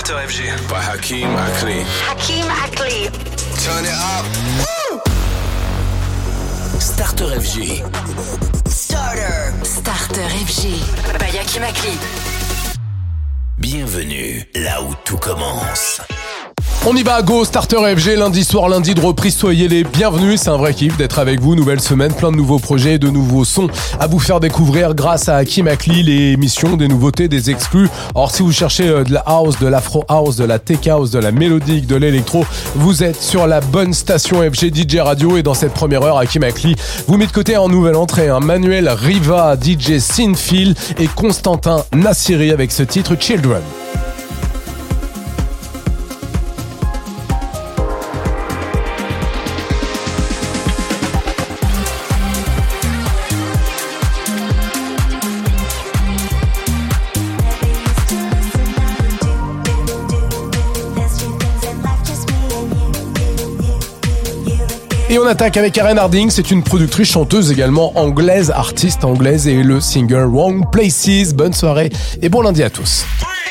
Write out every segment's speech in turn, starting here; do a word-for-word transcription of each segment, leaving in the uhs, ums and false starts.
Starter F G. By Hakeem Akli. Hakeem Akli. Turn it up. Woo! Starter F G. Starter. Starter F G. By Hakeem Akli. Bienvenue là où tout commence. On y va, go, Starter F G, lundi soir, lundi de reprise, soyez les bienvenus, c'est un vrai kiff d'être avec vous, nouvelle semaine, plein de nouveaux projets, de nouveaux sons à vous faire découvrir grâce à Hakeem Akli, les émissions, des nouveautés, des exclus. Alors si vous cherchez de la house, de l'afro house, de la tech house, de la mélodique, de l'électro, vous êtes sur la bonne station F G D J Radio et dans cette première heure, Hakeem Akli vous met de côté en nouvelle entrée, un Manuel Riva, D J Sinfil et Constantin Nassiri avec ce titre Children. Et on attaque avec Karen Harding, c'est une productrice, chanteuse également anglaise, artiste anglaise et le single Wrong Places. Bonne soirée et bon lundi à tous.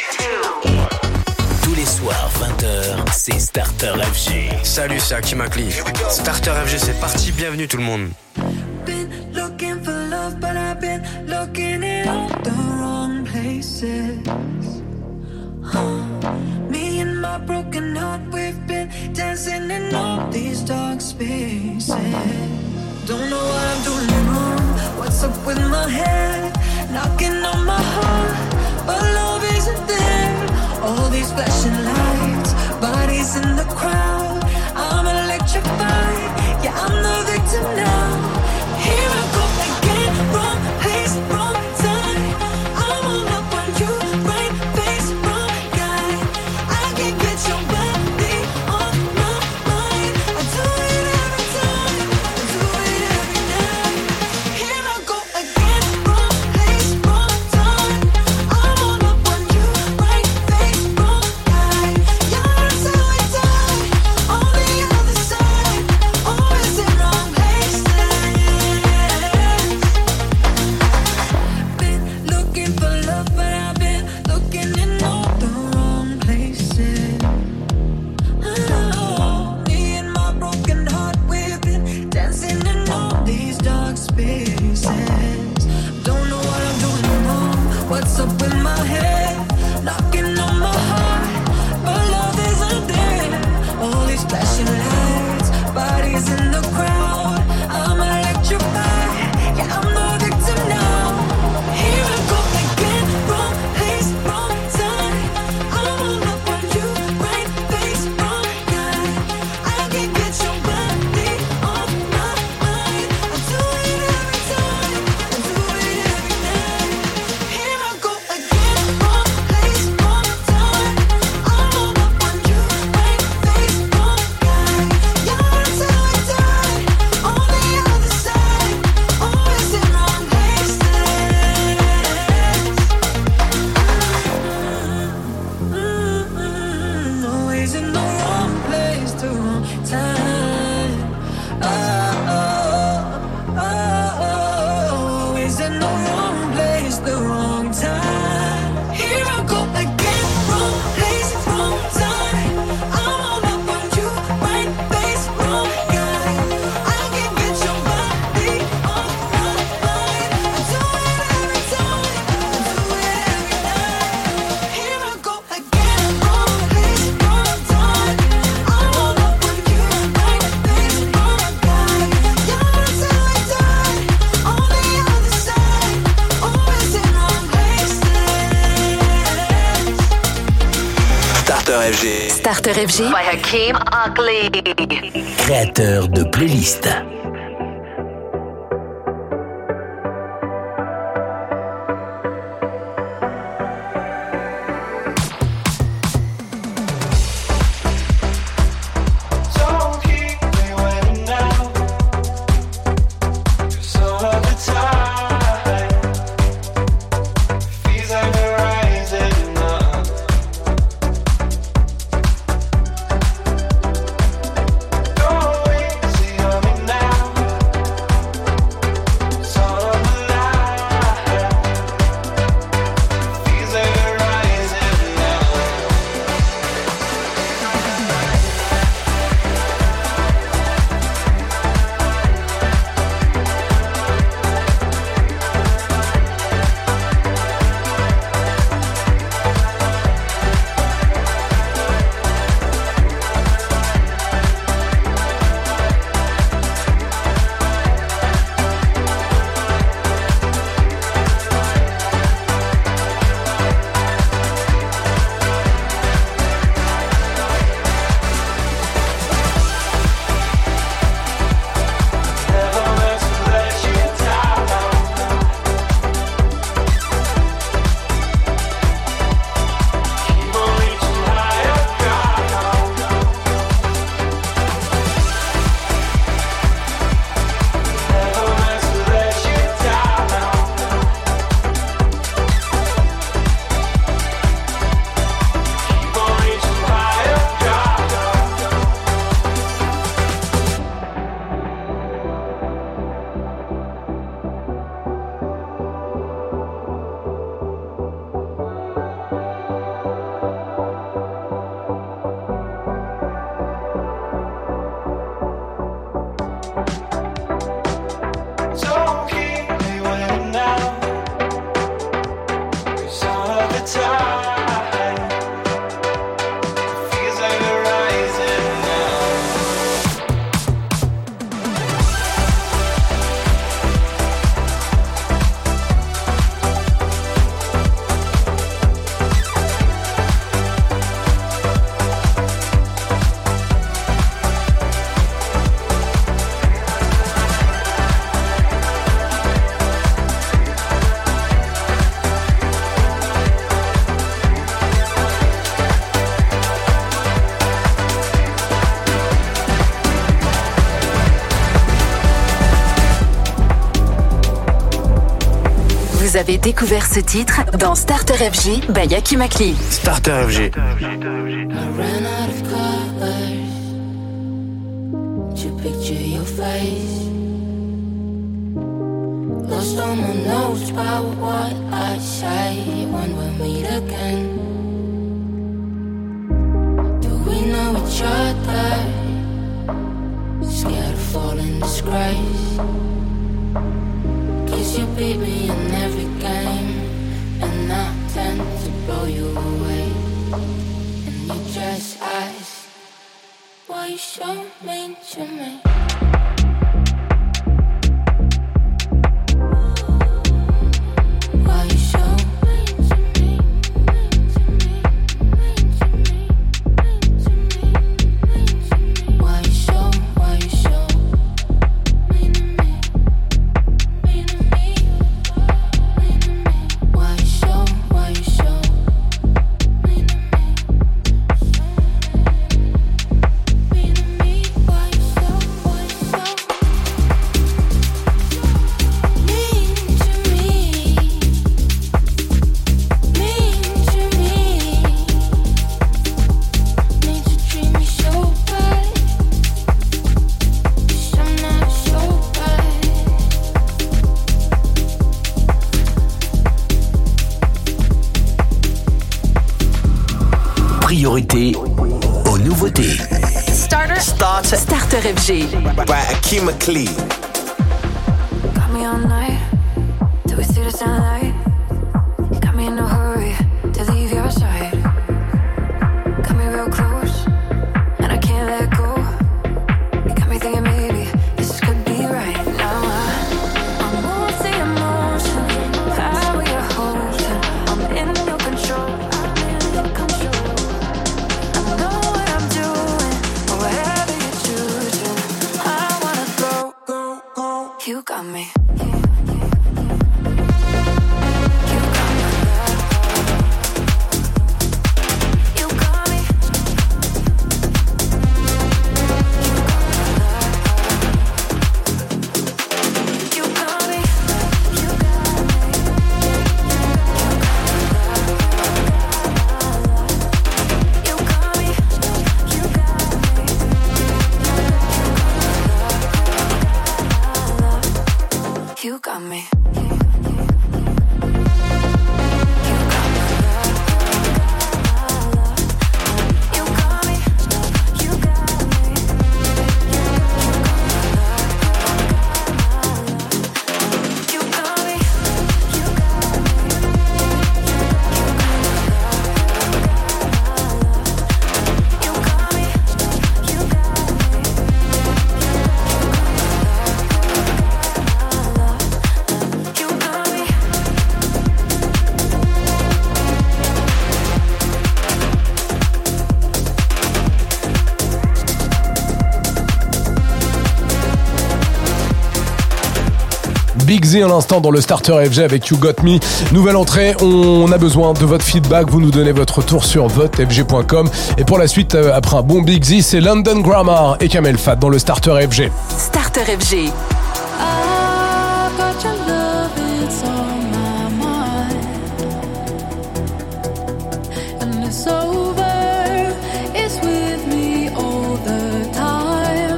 Tous les soirs, vingt heures, c'est Starter F G. Salut, c'est Hakeem Akli. Starter F G, c'est parti, bienvenue tout le monde. Been looking for love, but I've been looking in all the wrong places. Me and my broken heart, we've been dancing in all these dark spaces. Don't know what I'm doing wrong, what's up with my head, knocking on my heart, but love isn't there. All these flashing lights, bodies in the crowd, I'm electrified, yeah I'm the victim now. Here I go again, wrong place, wrong time, I'm all up on you, right face, wrong guy. I can't get your body on my mind, I do it every time, I do it every night. Here I go again, wrong place, wrong time, I'm all up on you, right face, wrong guy. You're until we die, on the other side, always in wrong places. Been looking for love, but I've been looking in all the wrong places. Oh, me and my broken heart, we've been dancing in all these dark spaces. Don't know what I'm doing wrong, what's up with my head, knocking on my heart, but love isn't there. All these flashing lights, bodies in the crowd, I'm electrified, yeah I'm the victim now. Here I go again, wrong place, wrong time, I'm all up on you, right face, wrong guy. I can't get your body off my mind, I do it every time, I do it every night. Here I go again, wrong place, wrong time, I'm all up on you, right face, wrong guy. You're until we die, on the other side, always in wrong places. Mm-hmm. Always in the wrong place, the wrong time. Oh, oh, oh, always in the wrong place, the wrong time. Here I go again, wrong place, wrong time. I'm all up on you, right face, wrong guy. I can't get your body off my mind. I do it every time, I do it every night. Here I go again, wrong place, wrong time. I'm all up on you, right face, wrong guy. You're until I die, on the other side, always in wrong places. Starter F G. Starter F G. By Hakeem Akli. Créateur de playlist. Don't keep me waiting now, 'cause all of the time feels like we're rising up. Go easy on me now. Vous avez découvert ce titre dans Starter F G by Yaki Makli. Starter F G. I ran out of colors to picture your face. Lost all my notes about what I say when we meet again. Do we know each other? Scared of falling disgrace. Kiss you, baby, in every game, and I tend to blow you away. And you just ask, why you so mean to me? Why you so mean to me? Mean to me, mean to me, mean to me, mean to me. Why you so, why you so mean to me? Mean to me, mean to me. Why you so, why you so mean to me? Mean to me, why you so, why you so mean to me? Mean to me, mean to treat me so bad. 'Cause I'm not so bad. Priorité aux nouveautés. Starter. Starter Starter F G. by Akeem McLean. Got me all night till we see the sunlight. Got me in no hurry to leave your side. Got me real close and I can't let go. You got me thinking maybe this could be right now. I'm moved to emotion, how you're holding. I'm in your control. I'm in your control. I know what I'm doing, or whatever you're choosing. I wanna go, go, go. You got me. You got me. You got me. You got me. You got me. You got me. You got me. You got me. You got me. You got me. Big Z à l'instant dans le Starter F G avec You Got Me. Nouvelle entrée, on a besoin de votre feedback. Vous nous donnez votre tour sur vote f g point com. Et pour la suite, euh, après un bon Big Z, c'est London Grammar et Kamel Fat dans le Starter F G. Starter F G. I've got your love, it's on my mind. And it's over, it's with me all the time.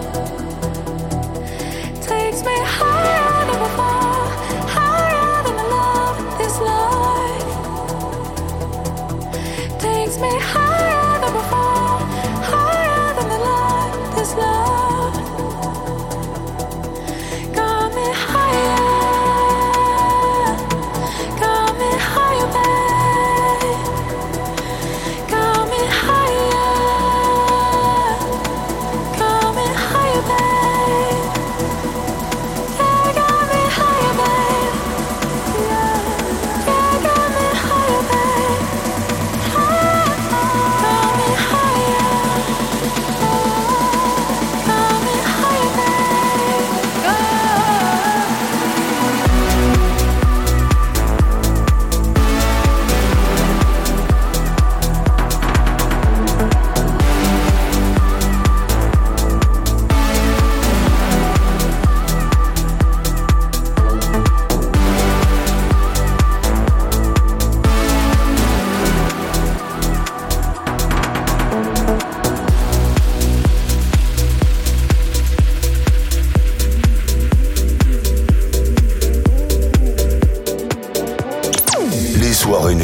Takes me higher than before, higher than the love this life. Takes me higher than before, higher than the love this love.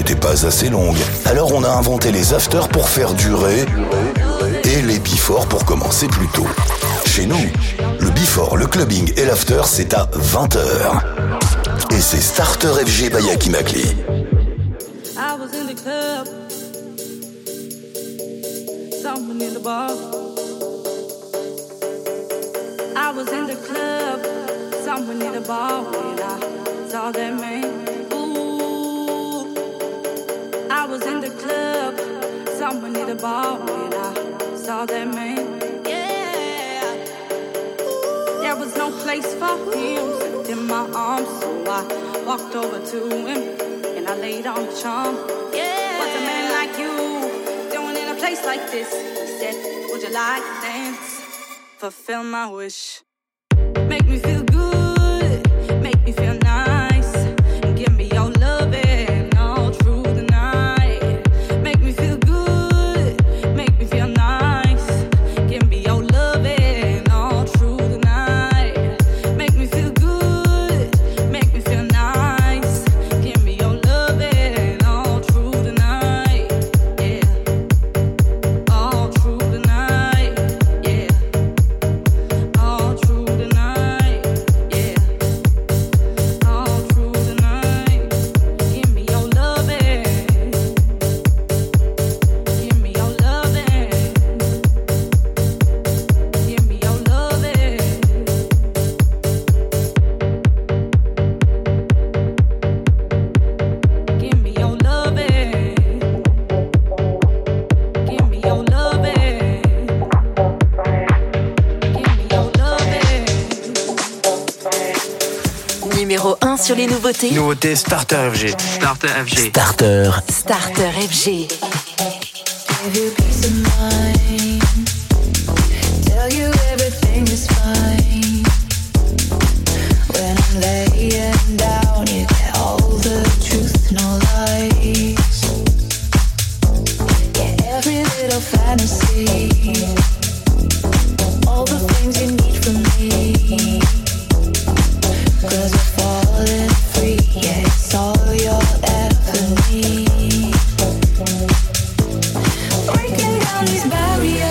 n'était pas assez longue. Alors on a inventé les afters pour faire durer et les before pour commencer plus tôt. Chez nous, le before, le clubbing et l'after, c'est à vingt heures. Et c'est Starter F G by Hakim Akli. I was in the club, someone in the bar. I was in the club, someone in the bar when I saw that man. Ooh, I was in the club, someone in the bar when I saw that man. Yeah, there was no place for him, slipped in my arms, so I walked over to him. I laid on the charm. Yeah. What's a man like you doing in a place like this? He said, would you like to dance? Fulfill my wish. Make me feel good, make me feel nice. Give me your loving all through the night. Make me feel good, make me feel nice. Give me your loving all through the night. Make me feel good, make me feel nice. Give me your Numéro un sur les nouveautés. Nouveauté Starter F G. Starter F G. Starter. Starter F G. Give you peace of mind. Tell you everything is fine. When I'm laying down, you get all the truth, no lies. Yeah, every little fantasy. All the things you need from me. Cause we're falling free, yeah, it's all you'll ever need. Breaking down these barriers,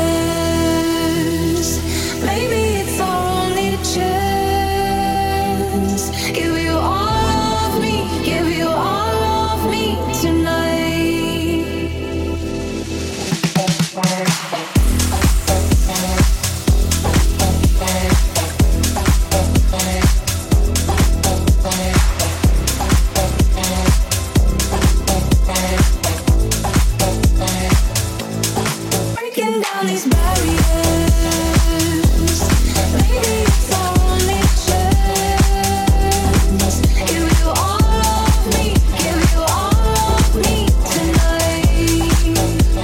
maybe it's our only chance. Give you all of me, give you all of me tonight. These barriers, maybe it's our only chance. Give you all of me, give you all of me tonight.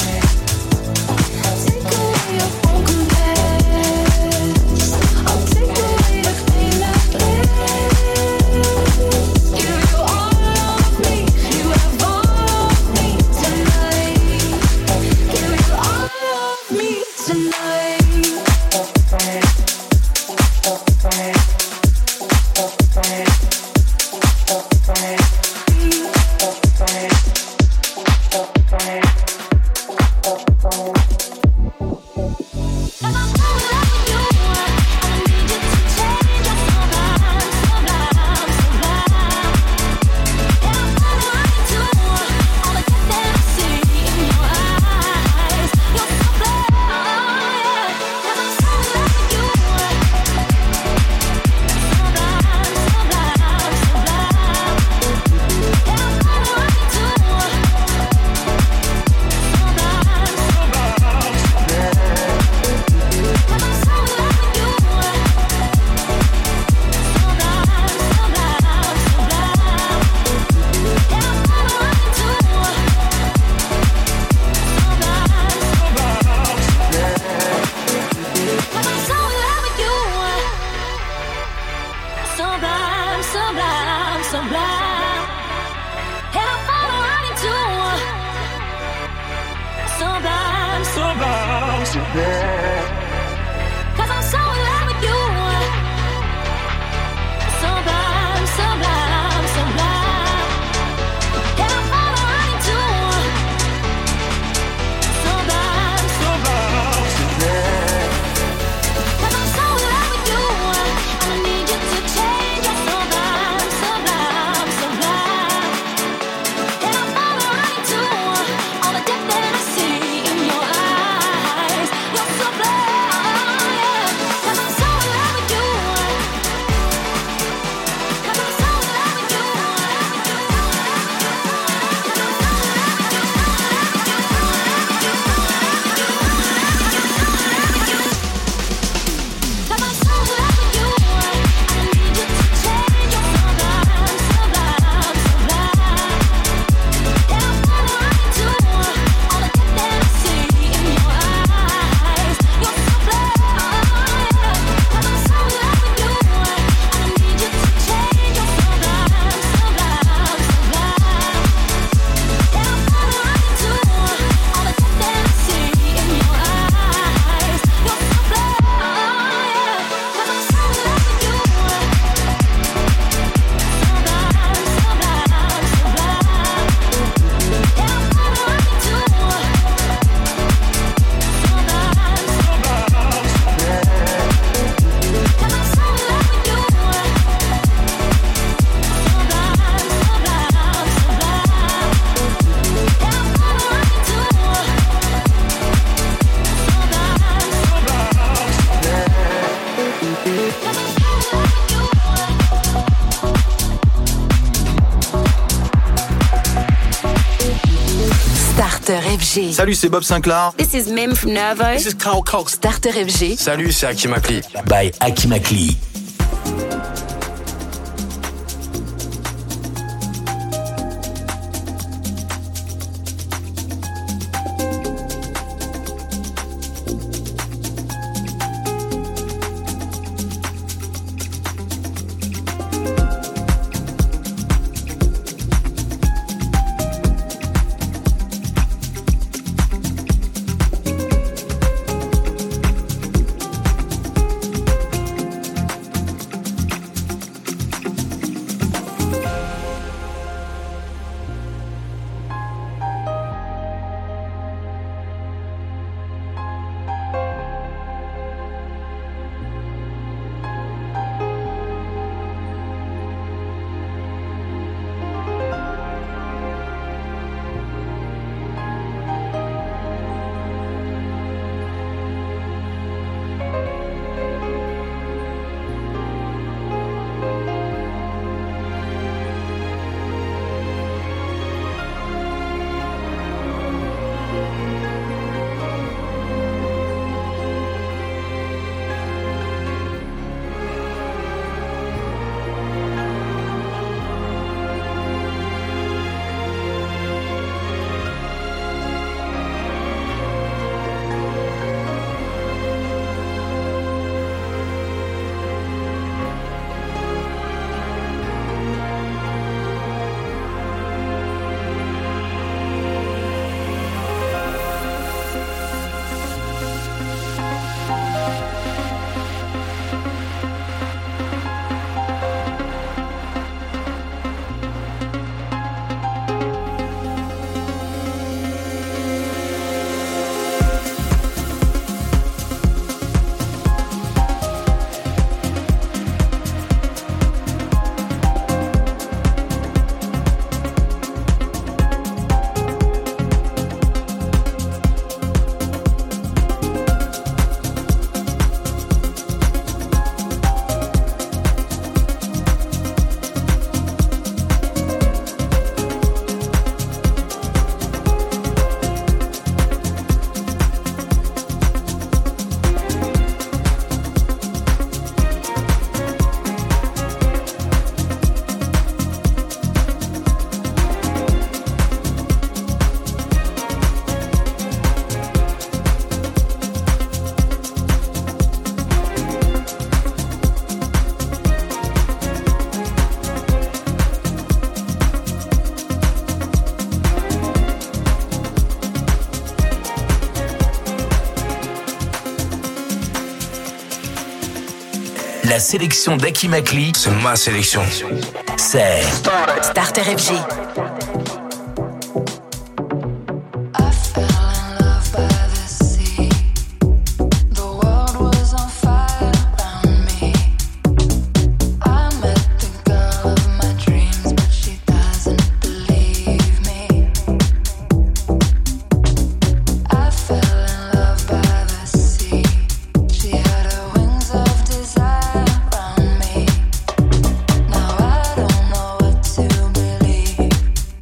Take away your broken past. I'll take away the pain that lasts. Give you all of me, you have all of me tonight. Give you all of me tonight. Sublime, sublime, sublime. And I'm falling right into F G. Salut, c'est Bob Sinclair. This is Mim from Nervo. This is Carl Cox. Starter F G. Salut, c'est Hakim Akli. By Hakim Akli. La sélection d'Hakim Akli, C'est ma sélection. c'est Starter F G. Now I don't know what to believe.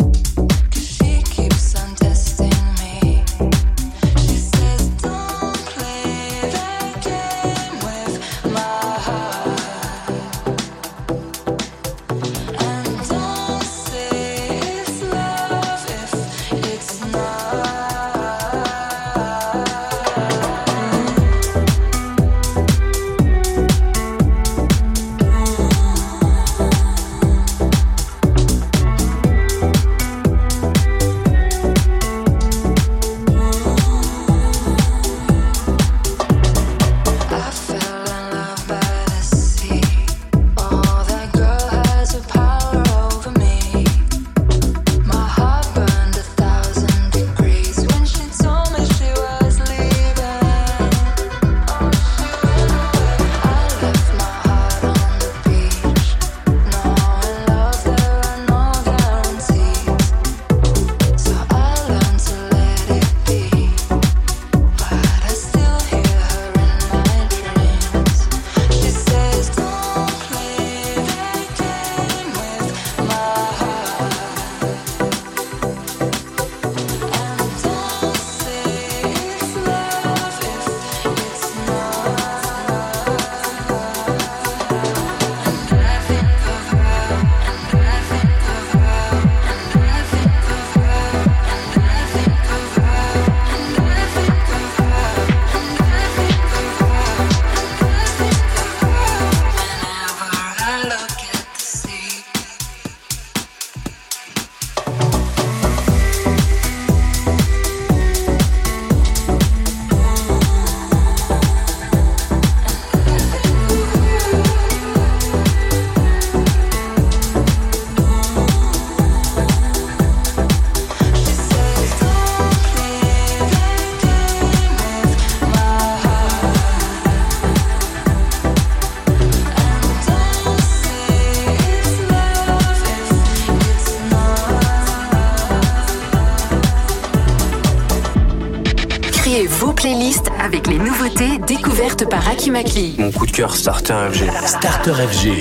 playlist avec les nouveautés découvertes par Aki Makli. Mon coup de cœur, Starter F G. Starter F G.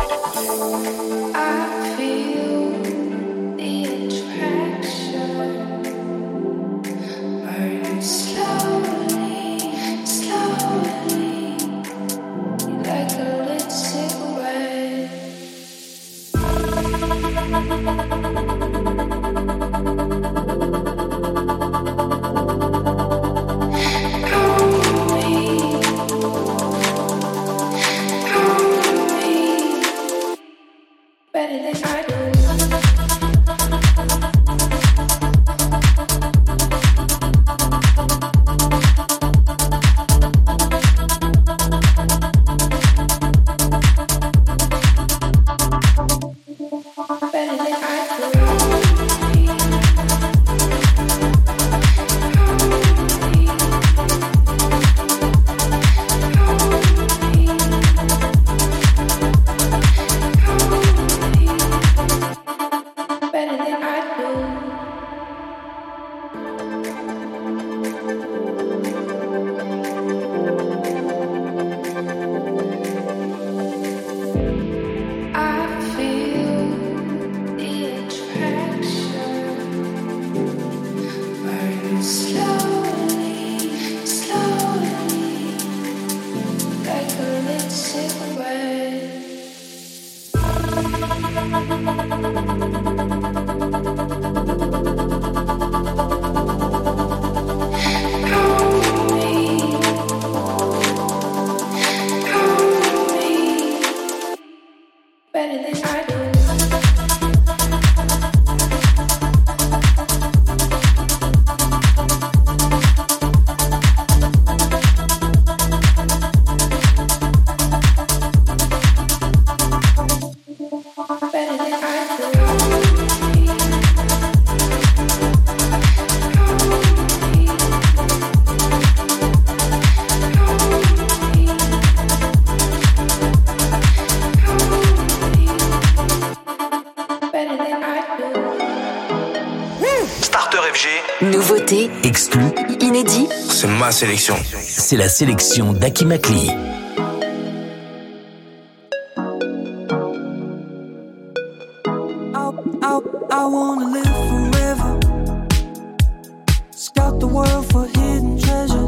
Nouveauté, exclu, inédit. C'est ma sélection. C'est la sélection d'Aki Makli. I, I wanna live forever. Scout the world for hidden treasures.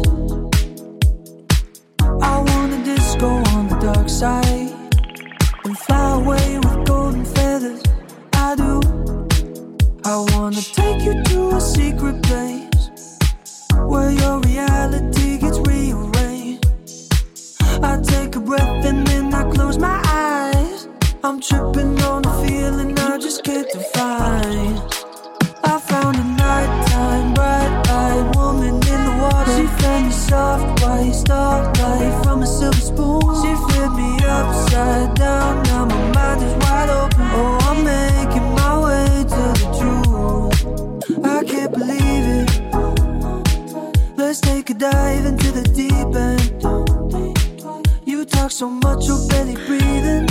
I wanna disco on the dark side and fly away with golden feathers. I do. I wanna take you to a secret place where your reality gets rearranged. I take a breath and then I close my eyes. I'm tripping on a feeling I just can't define. I found a nighttime bright-eyed woman in the water. She fed me soft white starlight from a silver spoon. She flipped me upside down, now my mind is wide open. Oh, I'm making my way to the truth. I can't believe it. Let's take a dive into the deep end. You talk so much, you're barely breathing.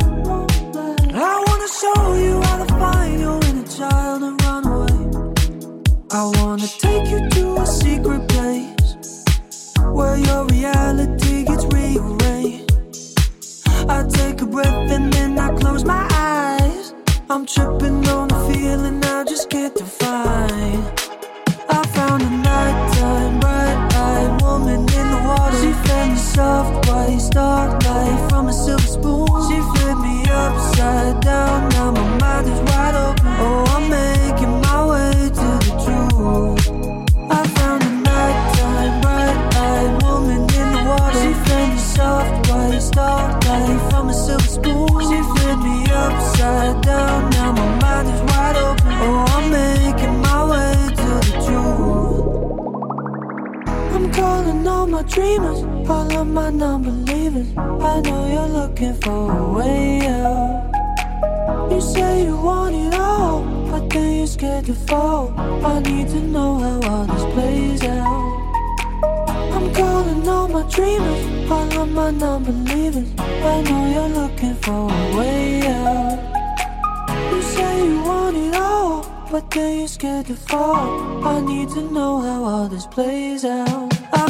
I wanna show you how to find your inner child and run away. I wanna take you to a secret place where your reality gets rearranged. I take a breath and then I close my eyes. I'm tripping on a feeling I just can't define. I found a nighttime bright-eyed woman in the water. She fed me soft white starlight from a silver spoon. She flipped me upside down, now my mind is wide open. Oh, I'm making my way to the truth. I found a nighttime bright-eyed woman in the water. She fed me soft white starlight from a silver spoon. She flipped me upside down, now my mind is wide open. Oh, I'm making my way to the truth. I'm calling all my dreamers, all of my non-believers. I know you're looking for a way out. You say you want it all, but then you're scared to fall. I need to know how all this plays out. I'm calling all my dreamers, all of my non-believers. I know you're looking for a way out. You say you want it all, but then you're scared to fall. I need to know how all this plays out. I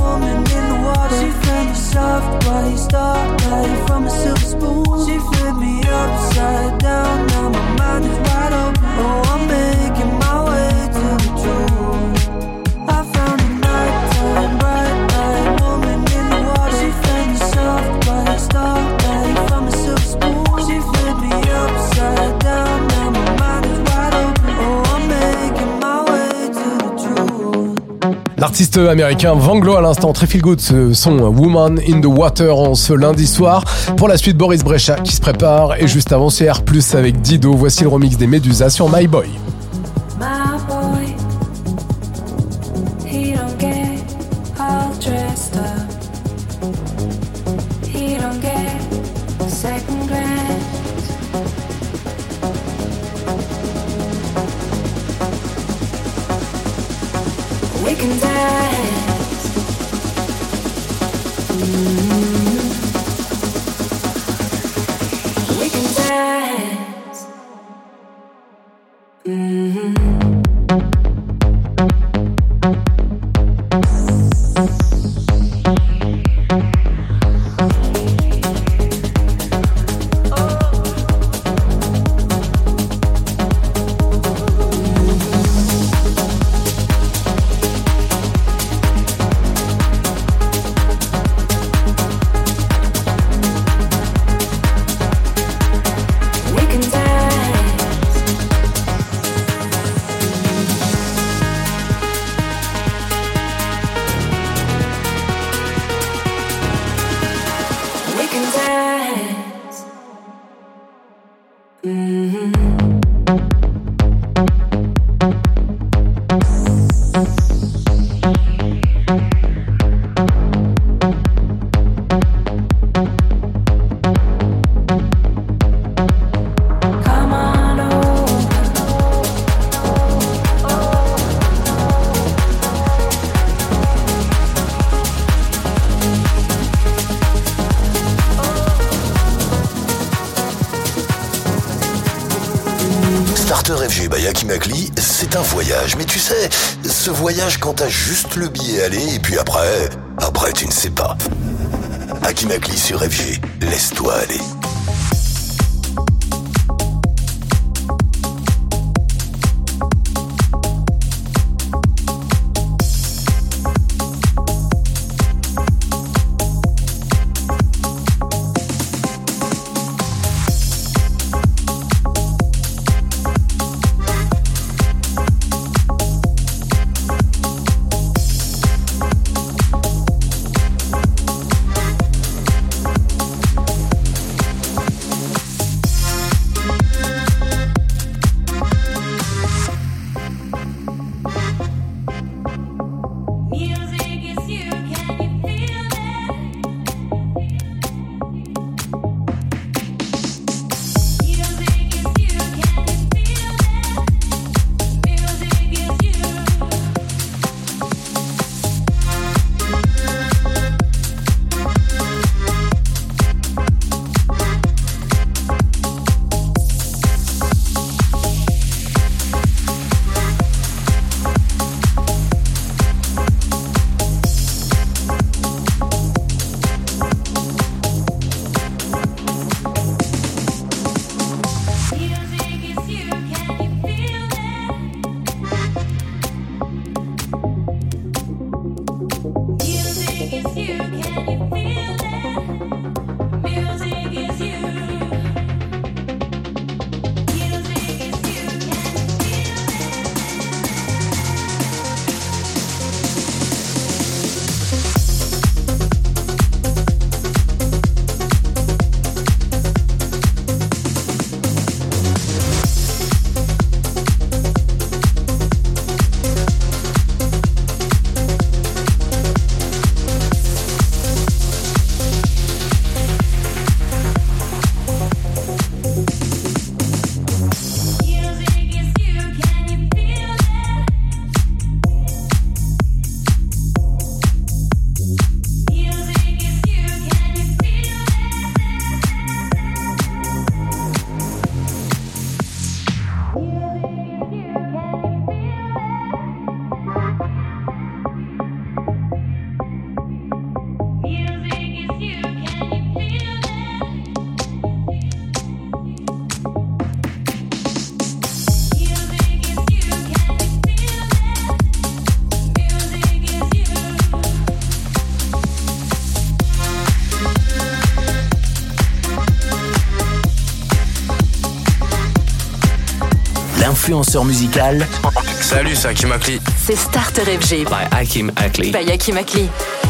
woman in the water. She fed me soft white starlight from a silver spoon. She flipped me upside down. Now my mind is wide open. Oh, I'm making my way to the truth. I found a nighttime bright light woman in the water. She fed me soft white starlight from a silver spoon. She flipped me upside down. Now my mind is wide open. Oh, I'm making my way to the truth. L'artiste américain Vanglo à l'instant, très feel good, ce son Woman in the Water en ce lundi soir. Pour la suite, Boris Brejcha qui se prépare et juste avant c'est R plus avec Dido. Voici le remix des Medusa sur My Boy. My boy, he don't get all dressed up. He don't get a second glance. We can dance. Mm. We can dance. Mm-hmm. We can dance. We can dance. Mm-hmm. Come on over. Starter F G by Aki Makli, c'est un voyage. Mais tu sais, ce voyage quand t'as juste le billet aller et puis après, après tu ne sais pas. Aki Makli sur F G, laisse-toi aller. influenceur musical. Salut, c'est Hakim Akli. C'est Starter F G. By Hakim Akli. By Hakim Akli.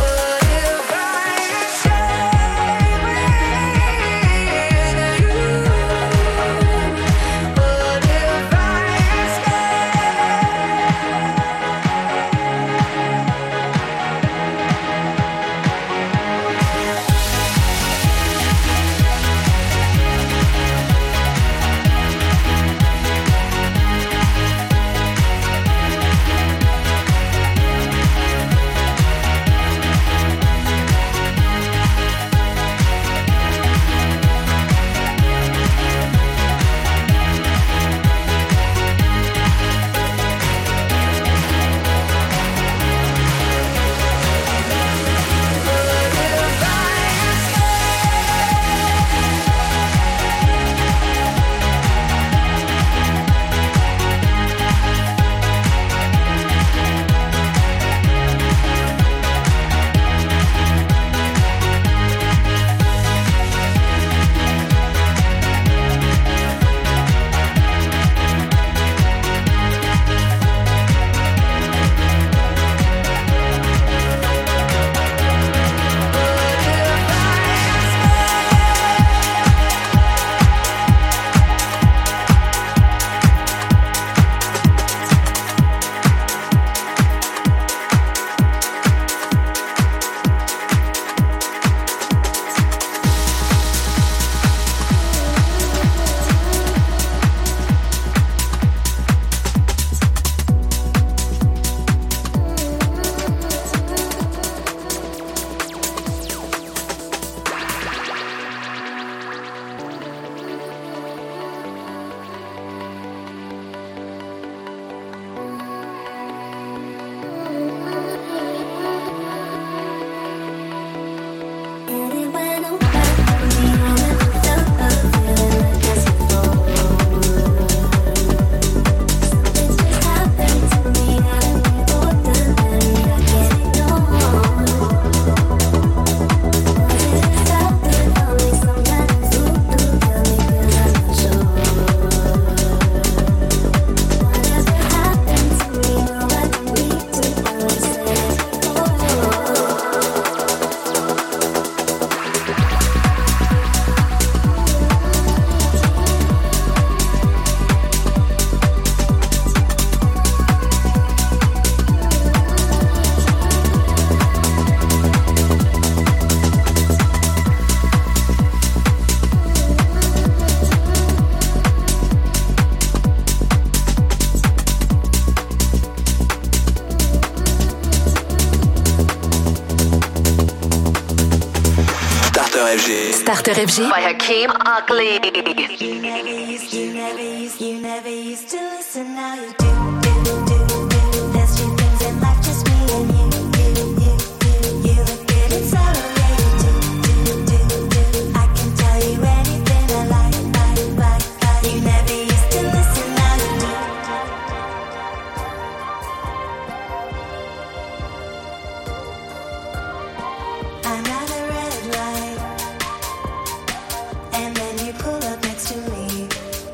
Starter F G by Hakim Akli. You never used, you never used, you never used to listen, now you do, do, do, do. There's few things in life, just me and you, you, you, you. You look good inside, oh yeah, you do, do, do, do. I can tell you anything I like, like, like, like. You never used to listen, now you do. Another red light, and then you pull up next to me.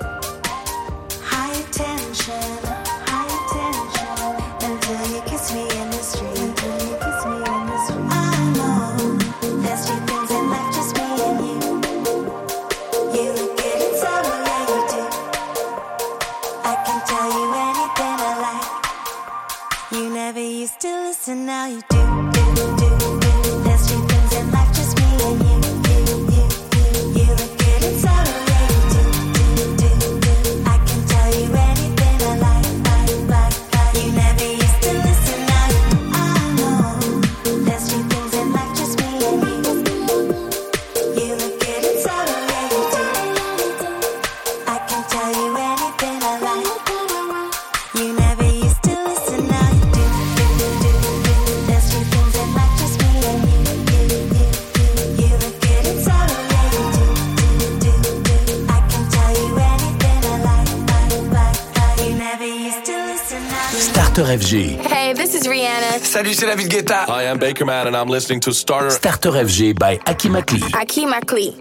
High tension, high tension, until you kiss me in the street. Until you kiss me in the street. I know there's few things in life, just me and you. You look good inside, oh yeah you do. I can tell you anything I like. You never used to listen, now you do, do, do, do. There's few things in life, just me and you, you, you, you. You look good inside, oh yeah you do, do, do, do. I can tell you anything I like, like, like, like. You never used to listen, now you do. I know there's few things in life, just me and you. You look good inside, oh yeah you do. I can tell you anything I like. You never used to listen, now you do, do, do, do. There's few things in life, just me and you, you, you, you. You look good inside, oh yeah you do, do, do, do. I can tell you anything I like, like, like, like. You never used to listen, now you do. Starter F G. Hey, this is Rihanna. Salut, c'est David Guetta. Hi, I'm Baker Man and I'm listening to Starter. Starter F G by Hakim Akli. Hakim Akli.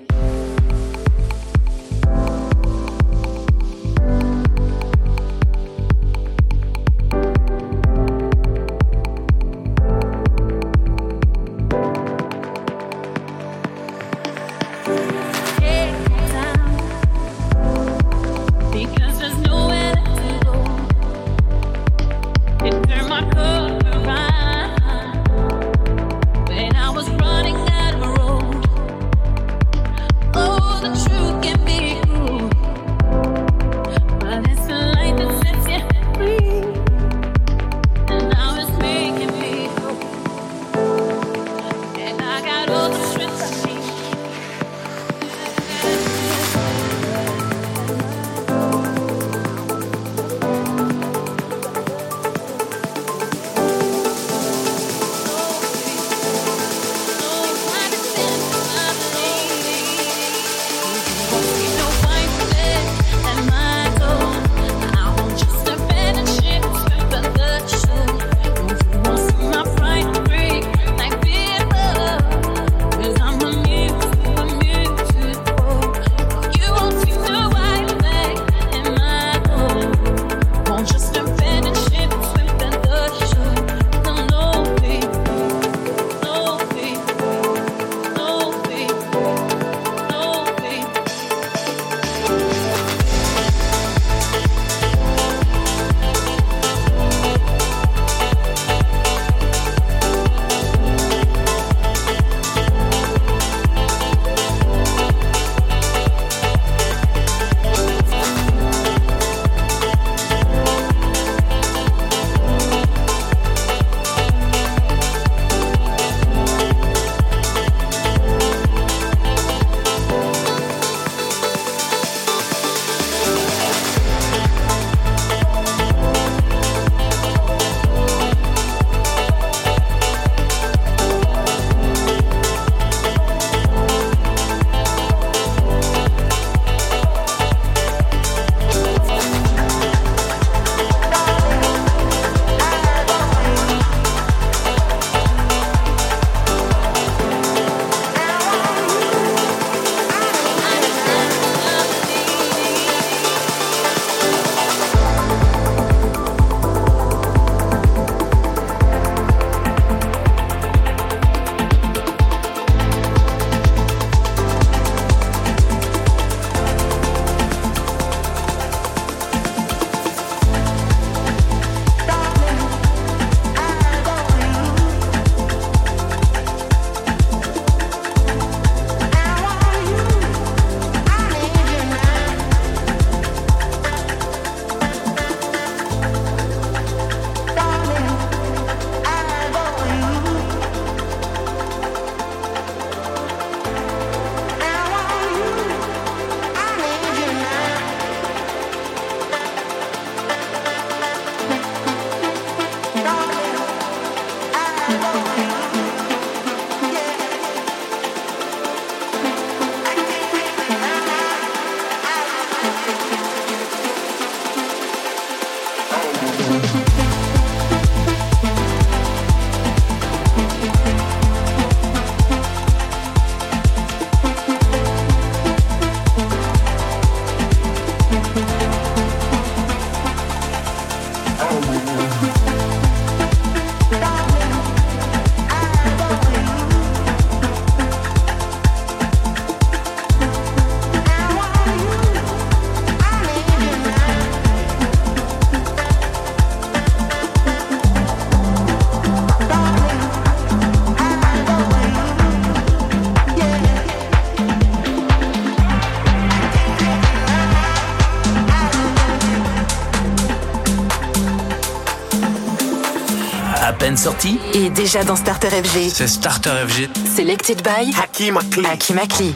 peine sorti Et déjà dans Starter F G. C'est Starter F G. Selected by Hakim Akli. Hakim Akli.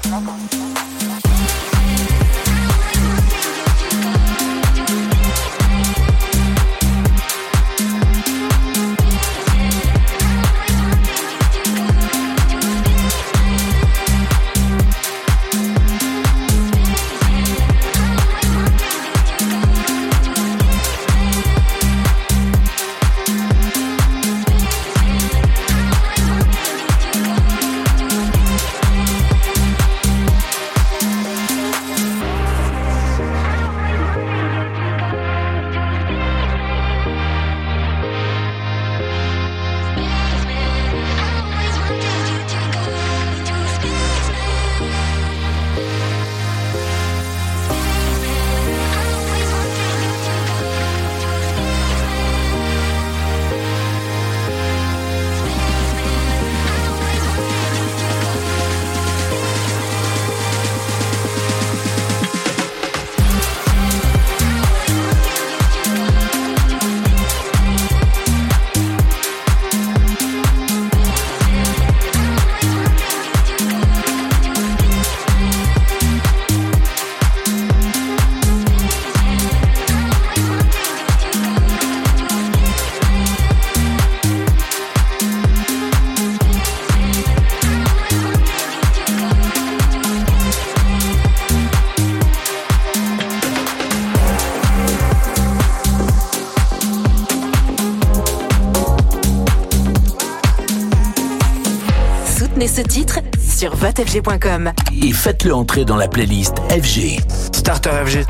Soutenez ce titre sur vote f g point com. et faites-le entrer dans la playlist F G. Starter F G.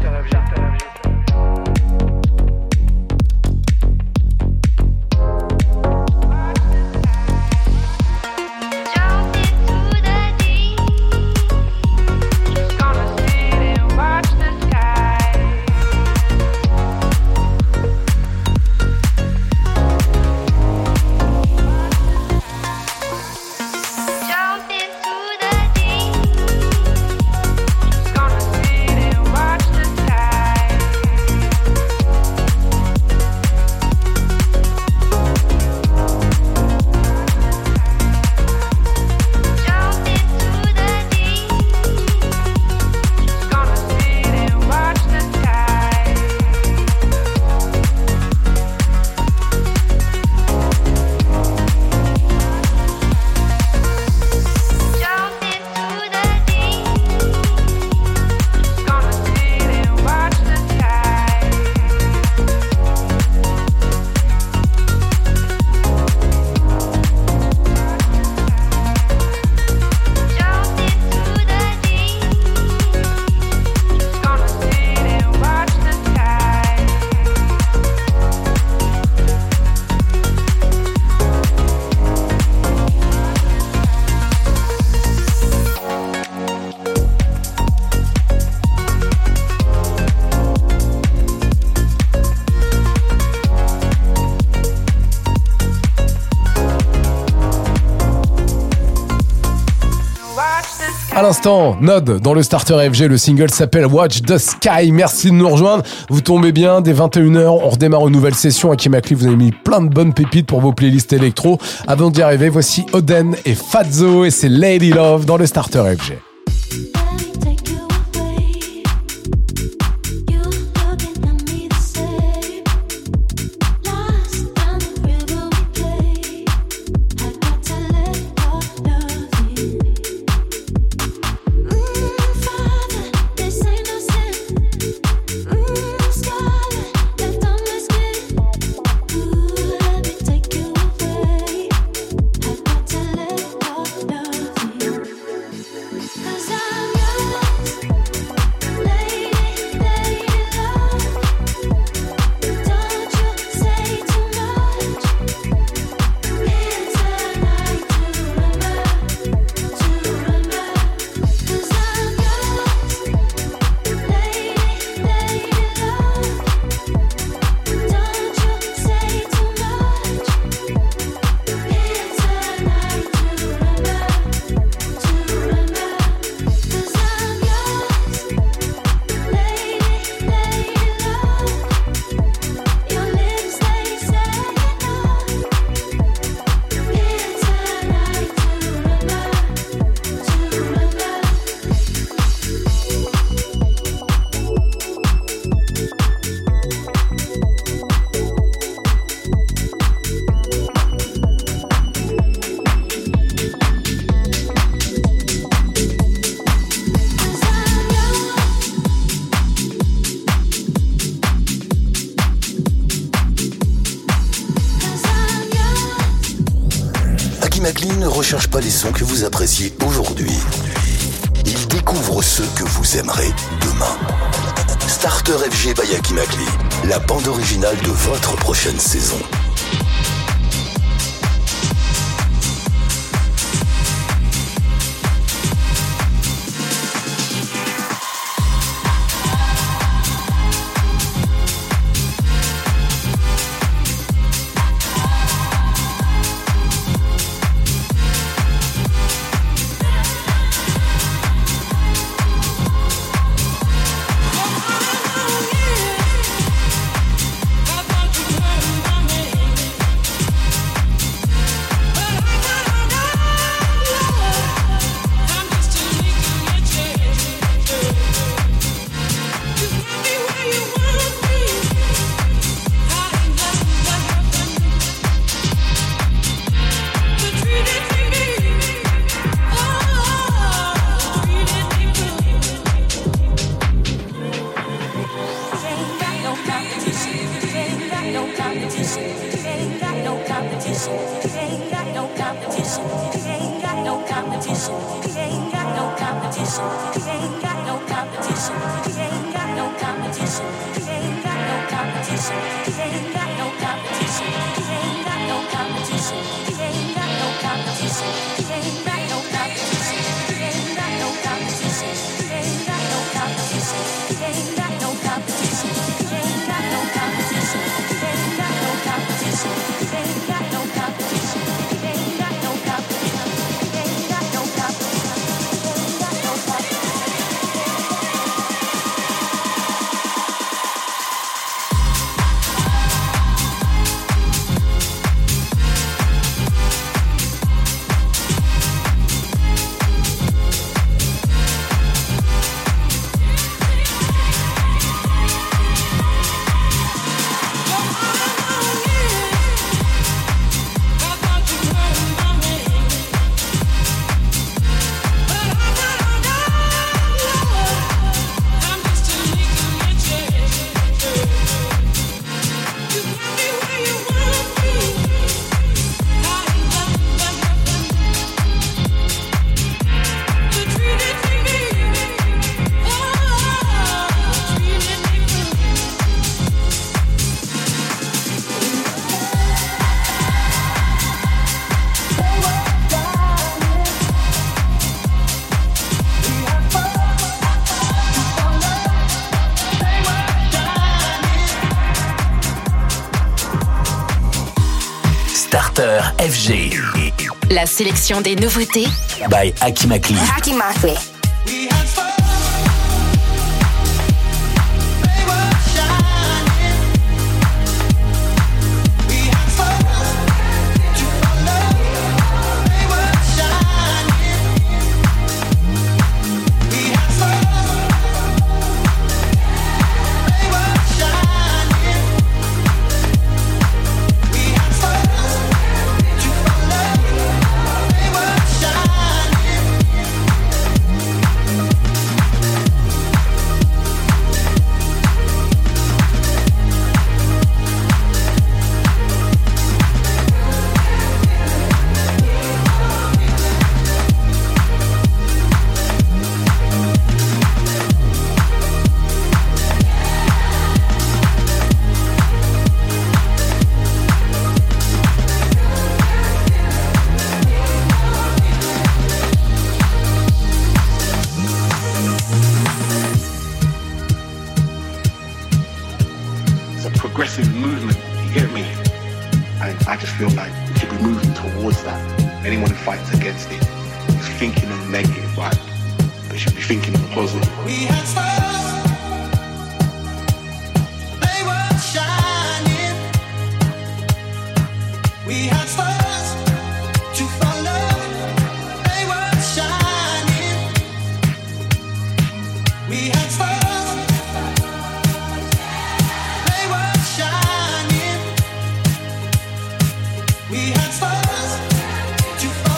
À l'instant, Nod dans le Starter F G, le single s'appelle Watch the Sky. Merci de nous rejoindre. Vous tombez bien, dès vingt et une heures, on redémarre une nouvelle session. Hakim Akli vous avez mis plein de bonnes pépites pour vos playlists électro. Avant d'y arriver, voici Oden et Fatzo et c'est Lady Love dans le Starter F G. Makli ne recherche pas les sons que vous appréciez aujourd'hui. Il découvre ceux que vous aimerez demain. Starter F G by Hakim Makli, la bande originale de votre prochaine saison. F G. La sélection des nouveautés by Hakim Makli. Hakim Makli. progressive movement, you get me? And I just feel like we should be moving towards that. Anyone who fights against it is thinking of negative, right? They should be thinking of positive. We had stars, they were shining. We had stars to follow, they were shining. We had stars.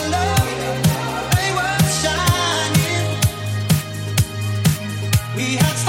We had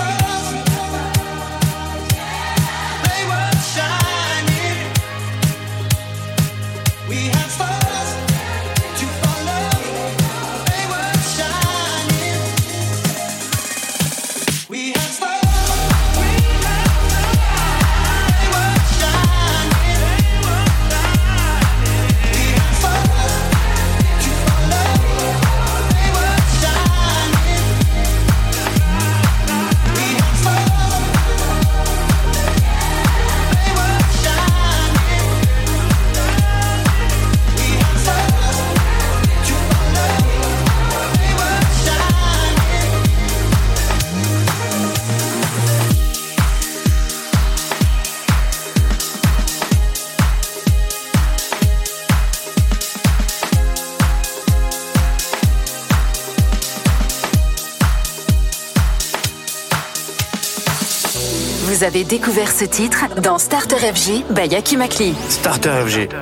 Vous avez découvert ce titre dans Starter F G by Aki Makli. Starter F G.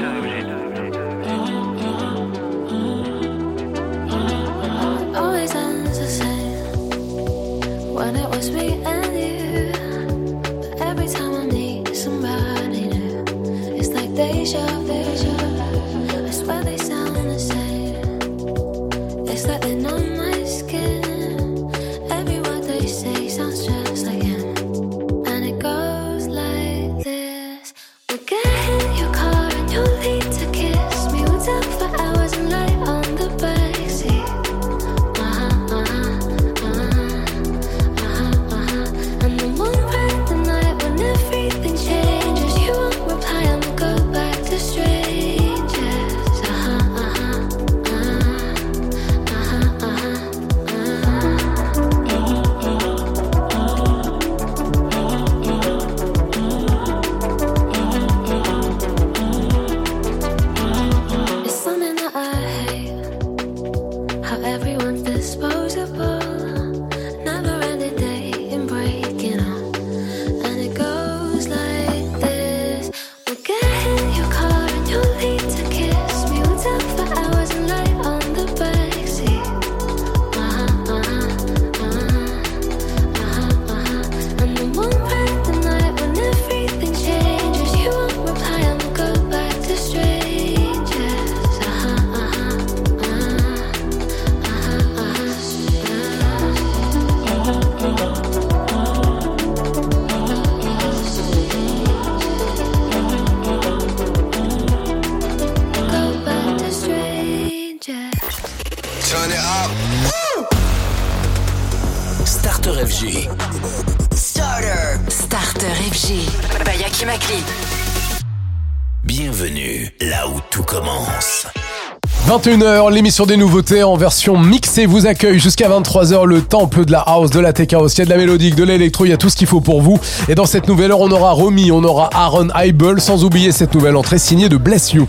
Always ends the same when it was me and you. But every time I meet somebody new, it's like deja vu. I swear they sound the same. It's like they're on my skin. Every word they say sounds just like him, and it goes like this. We'll get in your car and you'll need to kiss me. We'll talk for hours and lie on the backseat. And the moon bright the night when everything changes. You won't reply, I'ma go back to strangers. Uh-huh, uh-huh, uh-huh, uh-huh, uh-huh. It's something that I hate, how everyone's disposable. Never ending day in breaking up, and it goes like this. We'll get in your car and you'll need to kiss me. We'll talk for hours and lie on the backseat. Uh-huh, uh-huh, uh-huh, uh-huh. And the moon bright the night when everything changes. You won't reply, I'ma go back to strangers. Uh-huh, uh-huh, uh-huh, go back to strangers. Turn it up. Starter F G. Starter. Starter F G by Aki Makli. Bienvenue là où tout commence. vingt et une heures, l'émission des nouveautés en version mixée vous accueille jusqu'à vingt-trois heures, le temple de la house, de la tech house, il y a de la mélodique, de l'électro, il y a tout ce qu'il faut pour vous. Et dans cette nouvelle heure, on aura Romy, on aura Aaron Eibel, sans oublier cette nouvelle entrée signée de Bless You.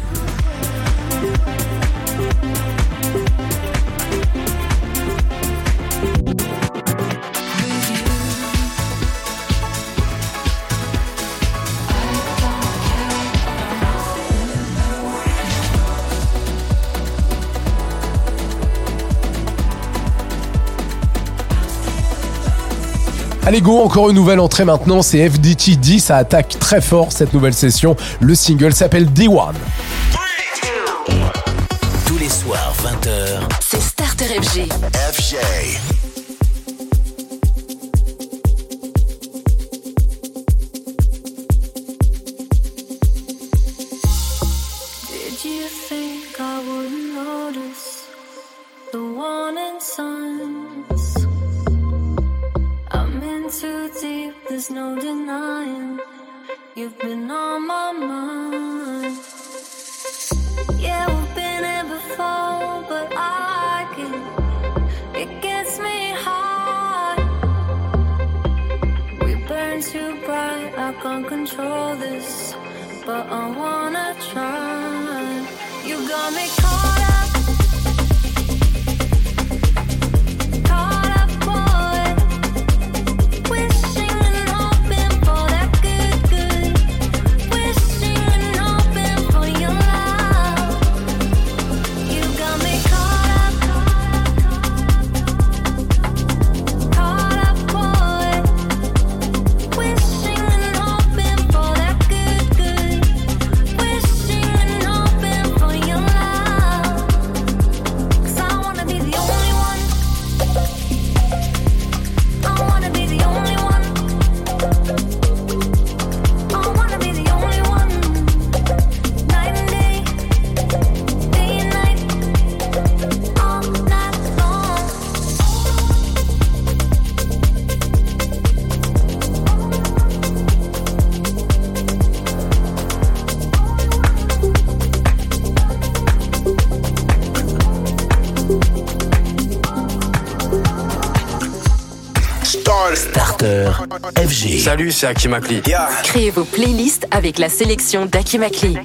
Allez go, encore une nouvelle entrée maintenant, c'est F D T D, ça attaque très fort cette nouvelle session. Le single s'appelle D un. Tous les soirs, vingt heures. C'est Starter F G. F J. Did you think I wouldn't notice the warning signs? I'm in too deep, there's no denying. You've been on my mind. Yeah, we've been here before, but I get, it gets me hot. We burn too bright, I can't control this, but I wanna try. You got me caught up, caught up, boy. Wishing and hoping for that good, good. Wishing and hoping for your love. You got me caught up, caught up, boy. Wishing and hoping for that good, good. Wishing and hoping for your love. 'Cause I wanna be the only one. I wanna be the only one. I wanna be the only one. Night and day, day and night, all night long. Starter. Starter F G. Salut, c'est Aki Makli. Yeah. Créez vos playlists avec la sélection d'Aki Makli.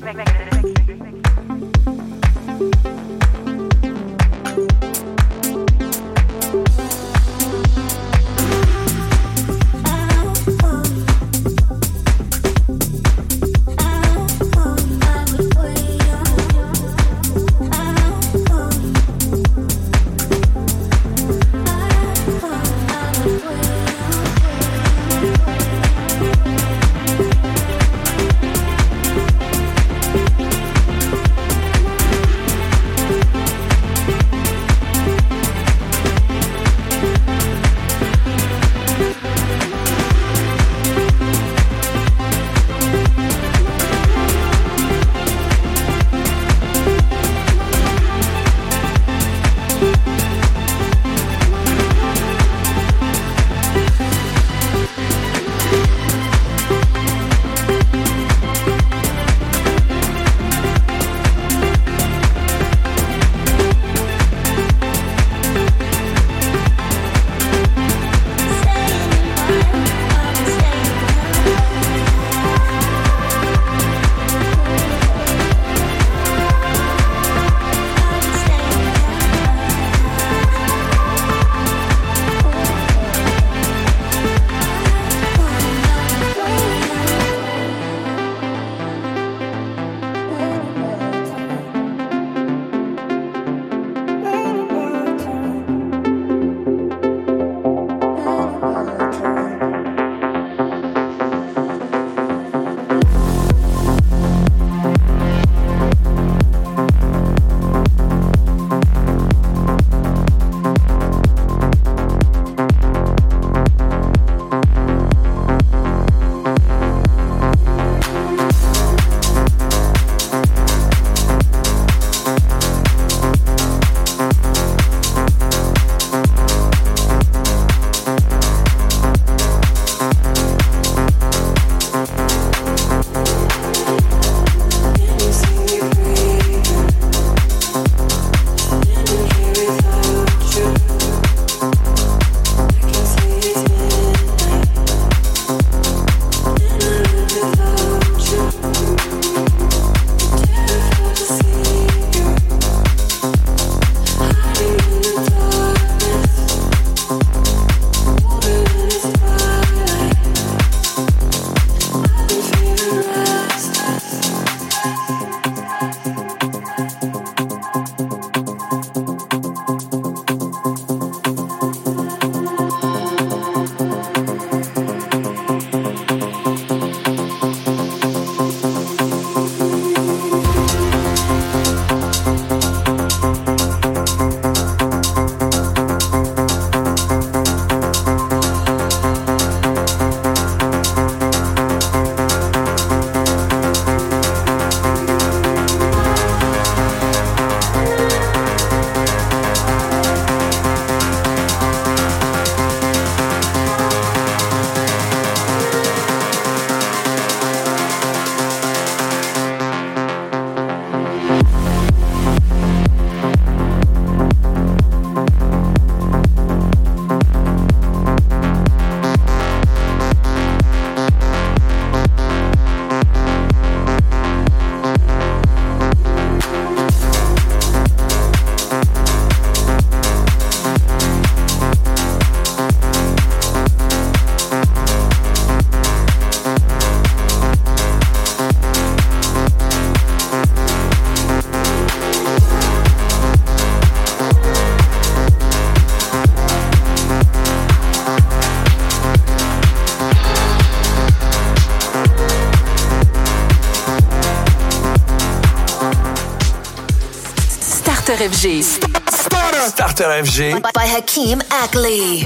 Starter F G. Starter F G. By Hakeem Ackley.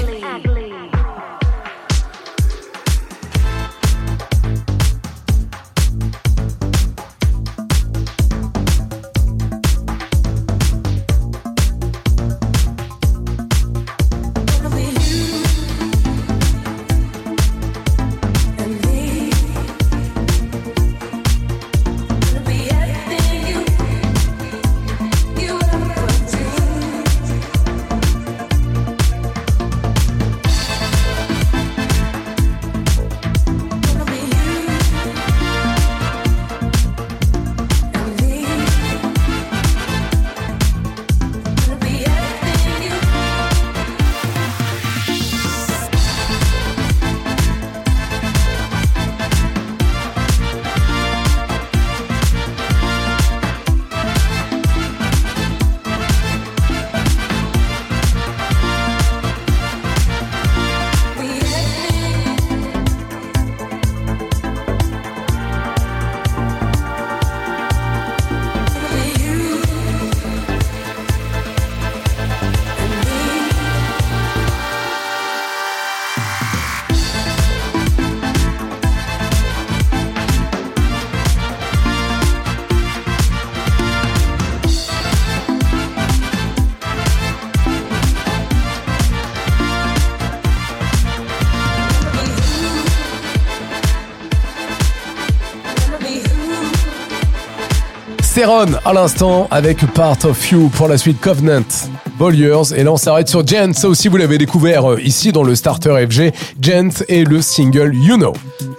Céron à l'instant avec Part of You, pour la suite Covenant, Bolliers, et là on s'arrête sur Gent. Ça aussi vous l'avez découvert euh, ici dans le Starter F G. Gent et le single You Know.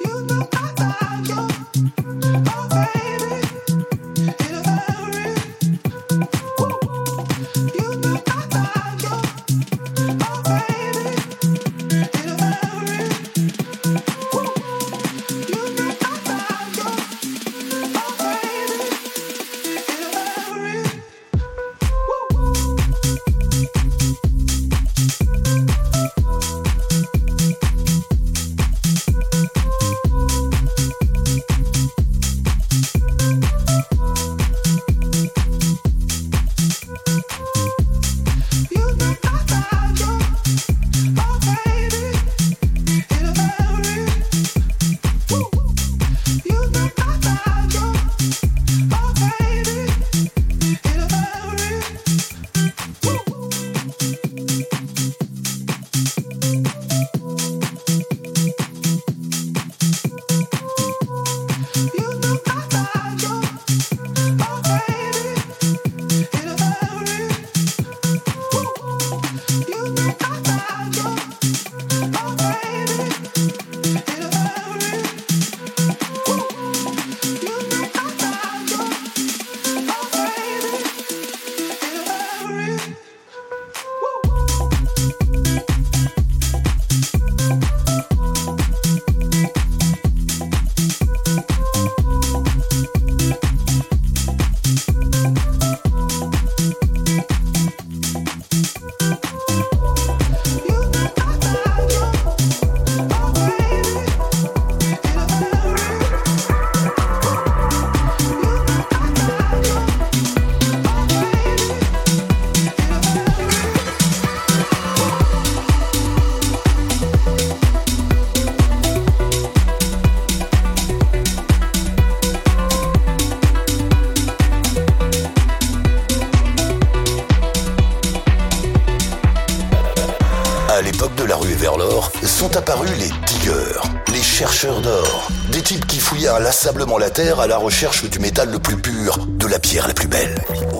À l'époque de la ruée vers l'or, sont apparus les diggers, les chercheurs d'or. Des types qui fouillaient inlassablement la terre à la recherche du métal le plus pur, de la pierre la plus belle.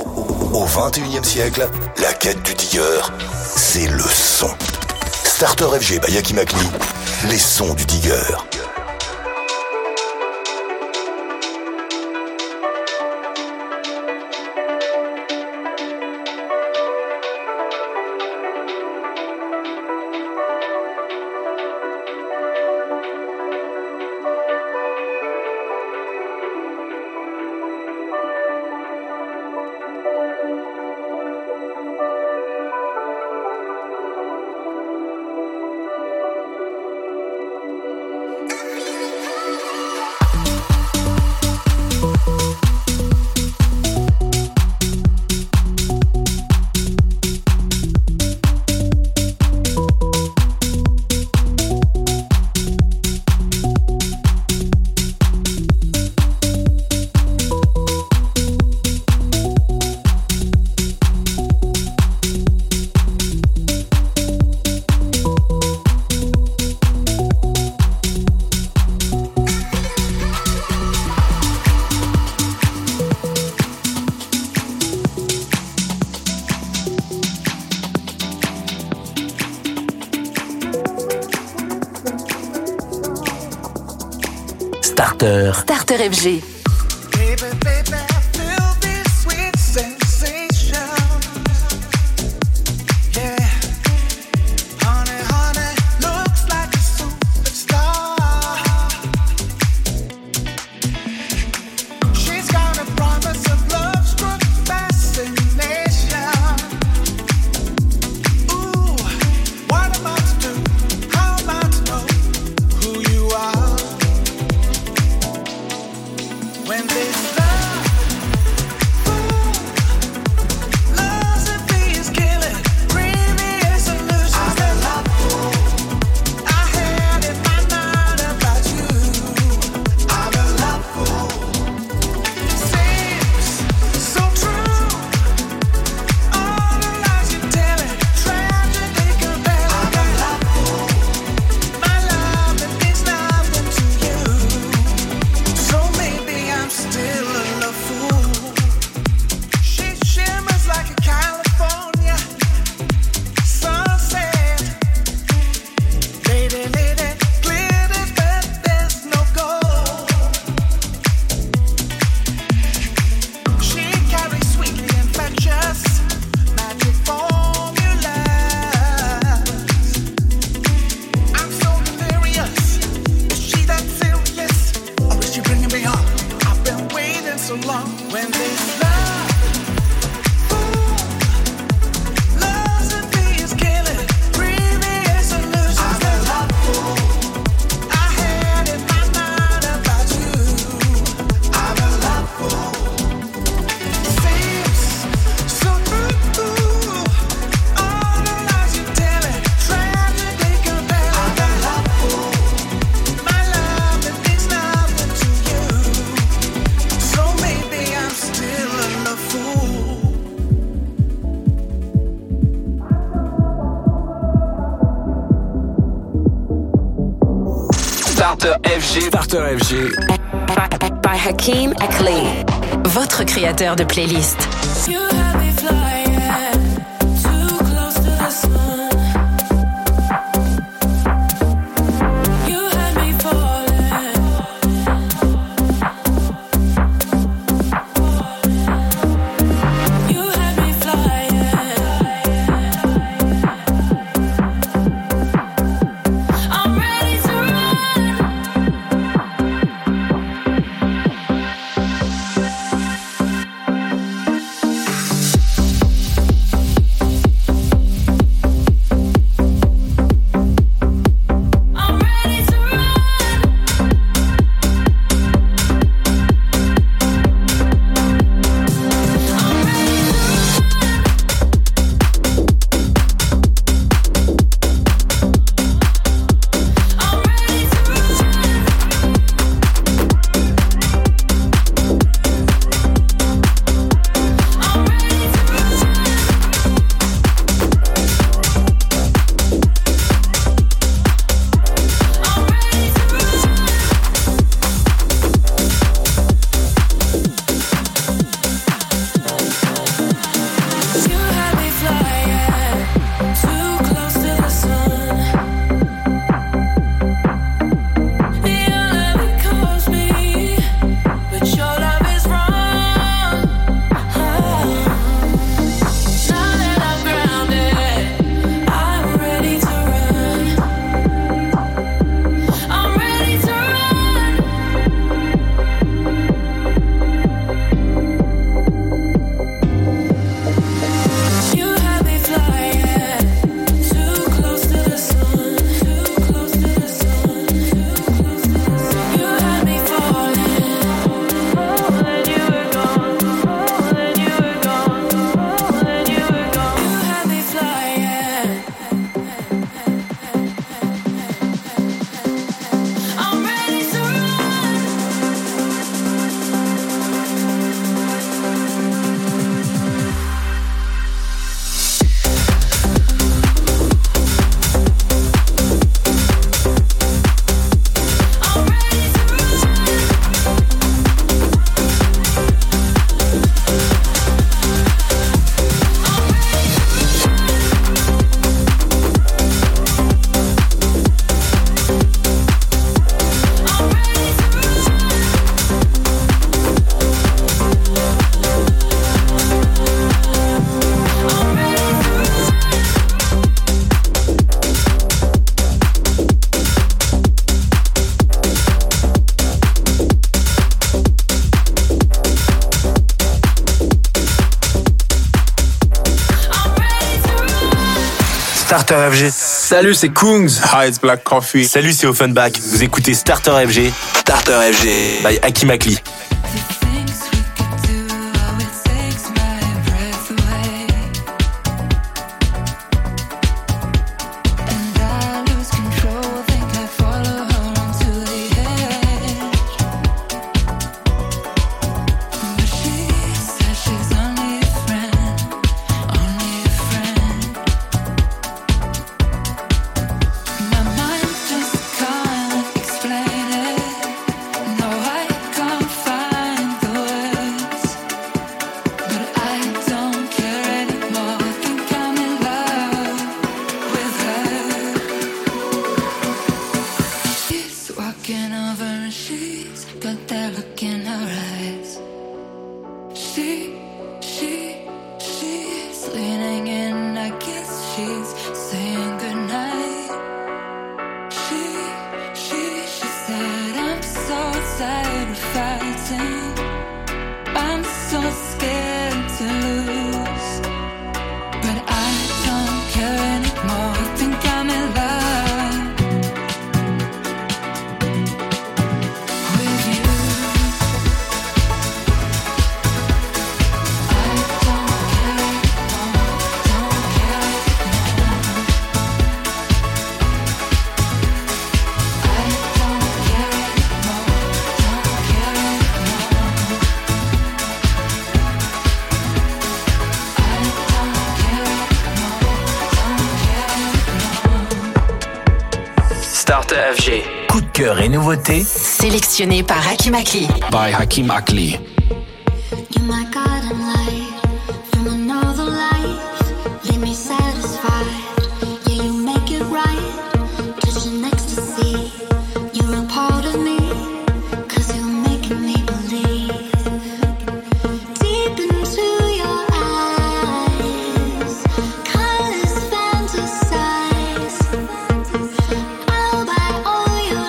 Au vingt et unième siècle, la quête du digger, c'est le son. Starter F G by Hakeem Ackley, les sons du digger. Starter. Starter F G. Baby, baby, I feel this sweet sensation. Yeah, honey, honey, looks like a superstar. She's got a promise of love, struck fascination. Ooh, what am I to do? How am I to know who you are? When this love, ooh, love's a beast killing, previous illusions that love, I had in my mind about you. I'm in love, seems so true. All the lies you're telling, tragedy compelling. I'm in love, my love it means nothing to you. So maybe I'm still a love fool. She shimmers like a California sunset. Lady, lady, glitters, but there's no gold. She carries sweetly infectious magic formulas. I'm so delirious. Is she that serious? Or is she bringing me on? I've been waiting so long. When this love, ooh, love's a beast killing, previous illusions that love, I had in my mind about you. I'm in love, seems so true. All the lies you're telling, tragedy compelling. I'm in love, my love it means nothing to you. So maybe I'm still a love fool. Starter F G. Starter F G. By Hakeem Akli. Votre créateur de playlist. You had me flying too close to the sun. You had me falling. You had me flying. I'm ready to run. Starter F G. Salut, c'est Kungs. Hi, it's Black Coffee. Salut, c'est Offenbach. Vous écoutez Starter F G. Starter F G by Hakim Akli. Starter F G. Coup de cœur et nouveautés. Sélectionné par Hakim Akli. By Hakim Akli. You're my guiding light from another life. Leave me satisfied. Yeah, you make it right. Touching ecstasy. You're a part of me. Cause you're making me believe. Deep into your eyes. Colors fantasize. I'll buy all your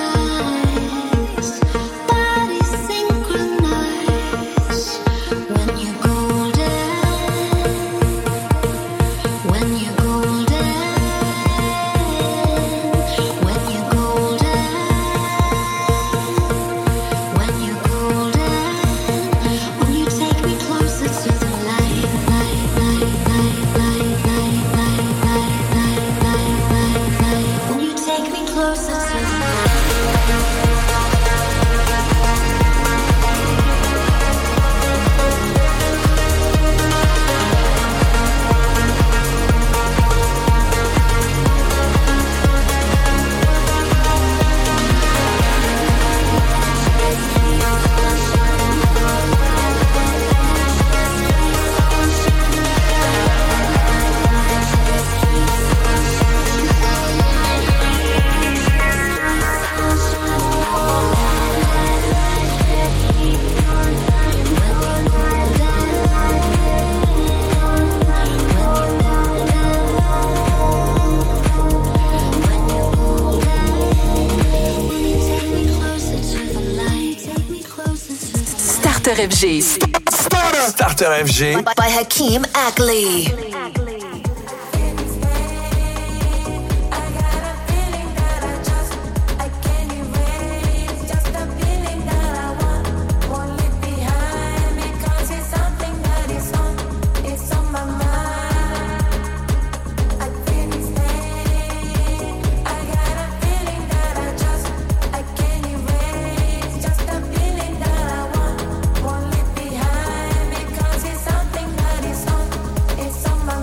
lies. Bodies synchronized. When you're golden, when you're golden, when you're golden, when you're golden, when you take me closer to the light, light, light, light, light, light, light, light, light, light, light, light, when you take me closer to the Starter F G. Starter F G. By Hakim Akli. It's on my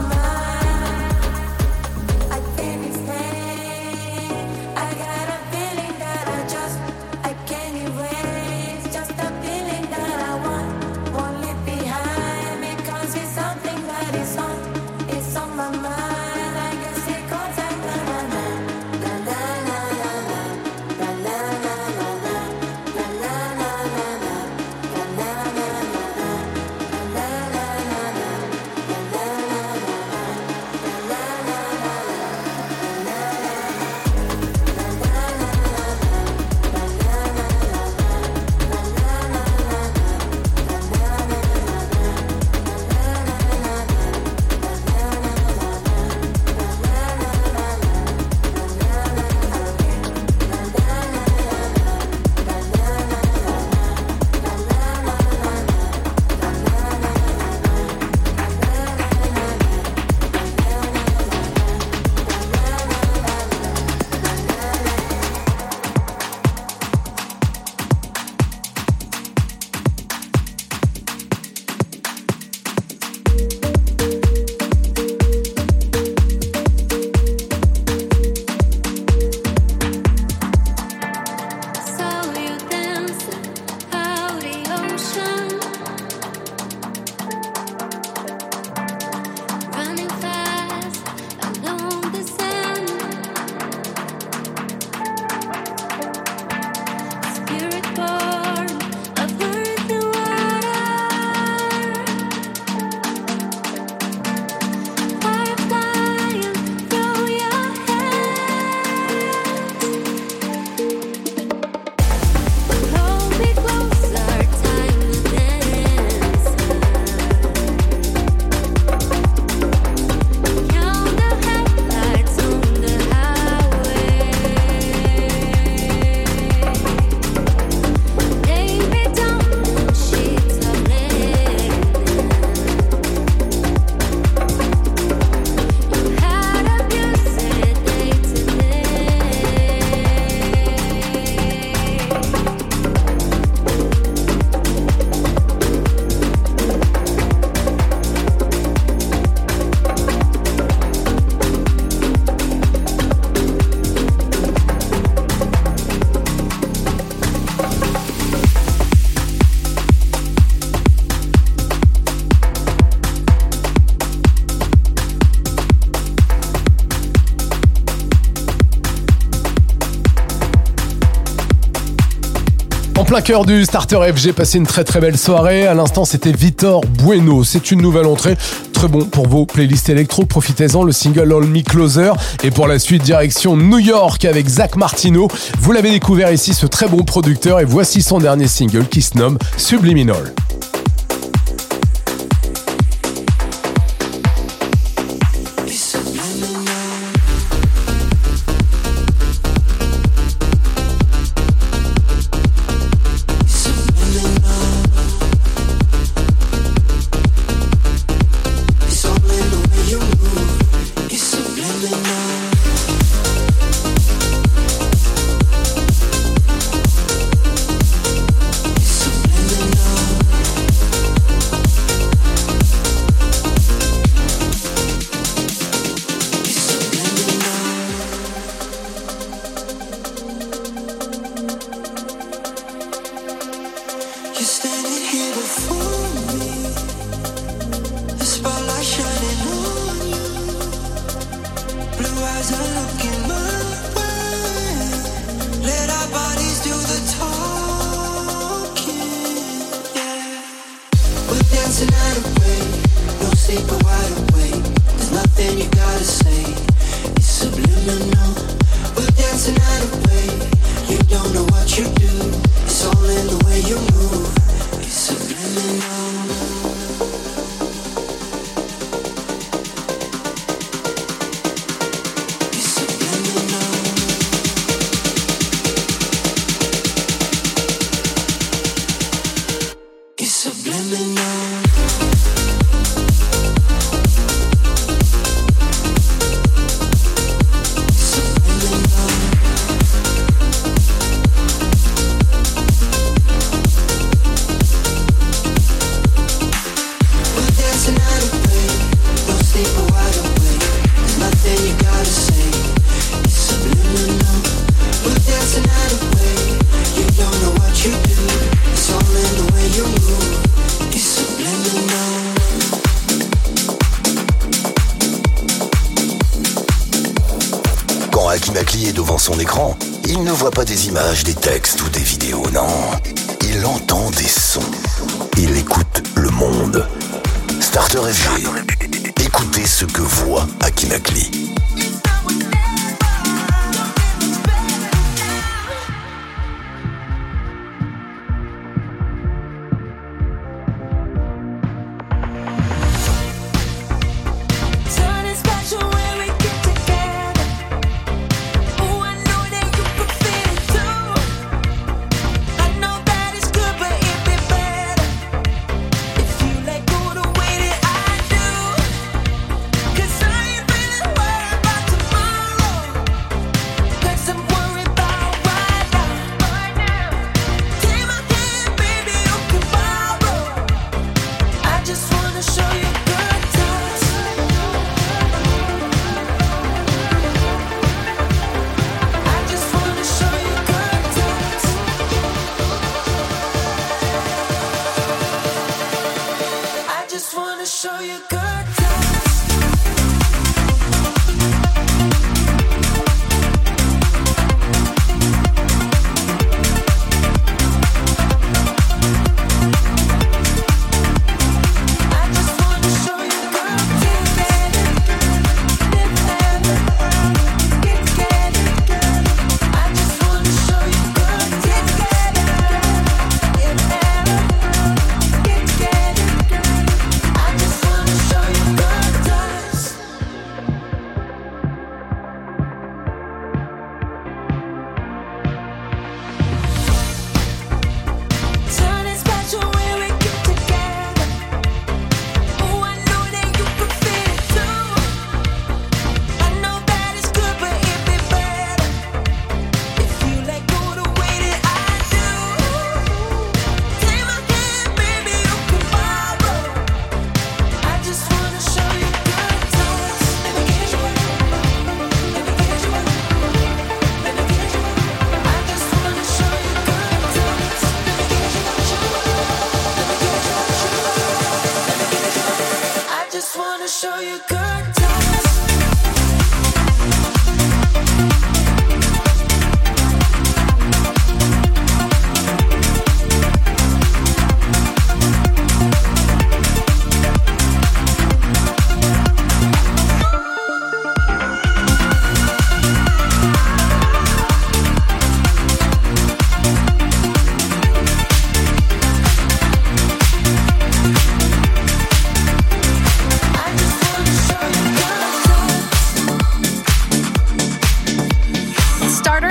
En plein cœur du Starter F G, passé une très très belle soirée. À l'instant, c'était Vitor Bueno. C'est une nouvelle entrée. Très bon pour vos playlists électro. Profitez-en, le single Hold Me Closer. Et pour la suite, direction New York avec Zach Martino. Vous l'avez découvert ici, ce très bon producteur. Et voici son dernier single qui se nomme Subliminal. Son écran, il ne voit pas des images, des textes ou des vidéos, non. Il entend des sons. Il écoute le monde. Starter F G. Écoutez ce que voit Akimakli. Cause I ain't feeling well.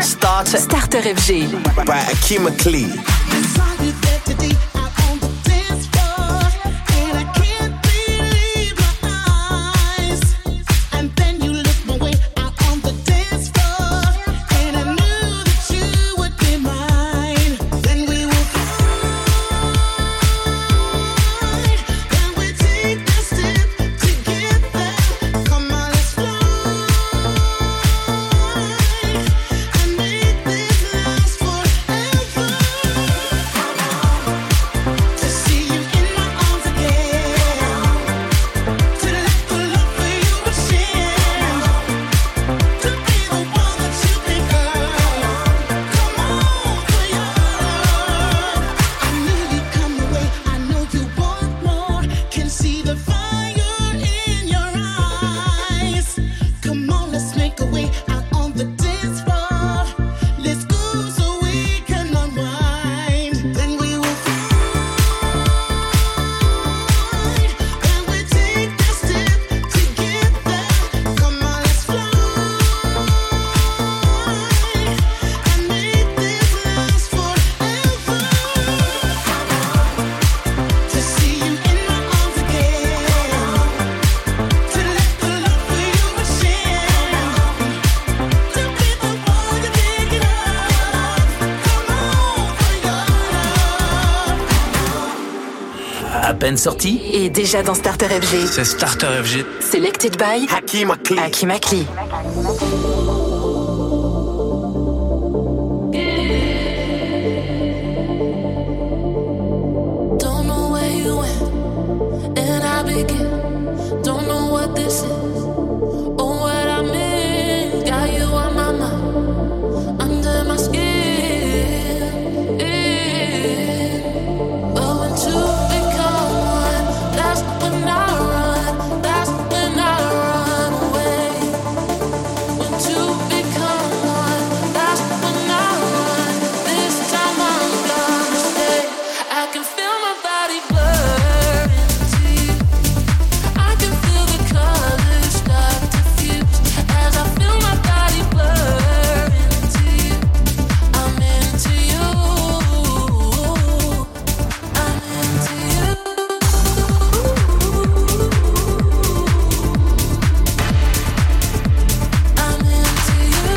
Starter. Starter F G. By Akima Klee. À peine sorti Et déjà dans Starter F G. C'est Starter F G. Selected by Akima Klee. Akima Klee. Don't know where you went, and I begin. Don't know what this is, or what I mean. Got you on my mind, under my skin. But when two become one, that's when I run. That's when I run away. When two become one, that's when I run. This time I'm gonna stay. I can feel my body blur into you. I can feel the colors start to fuse as I feel my body blur into you. I'm into you. I'm into you. I'm into you.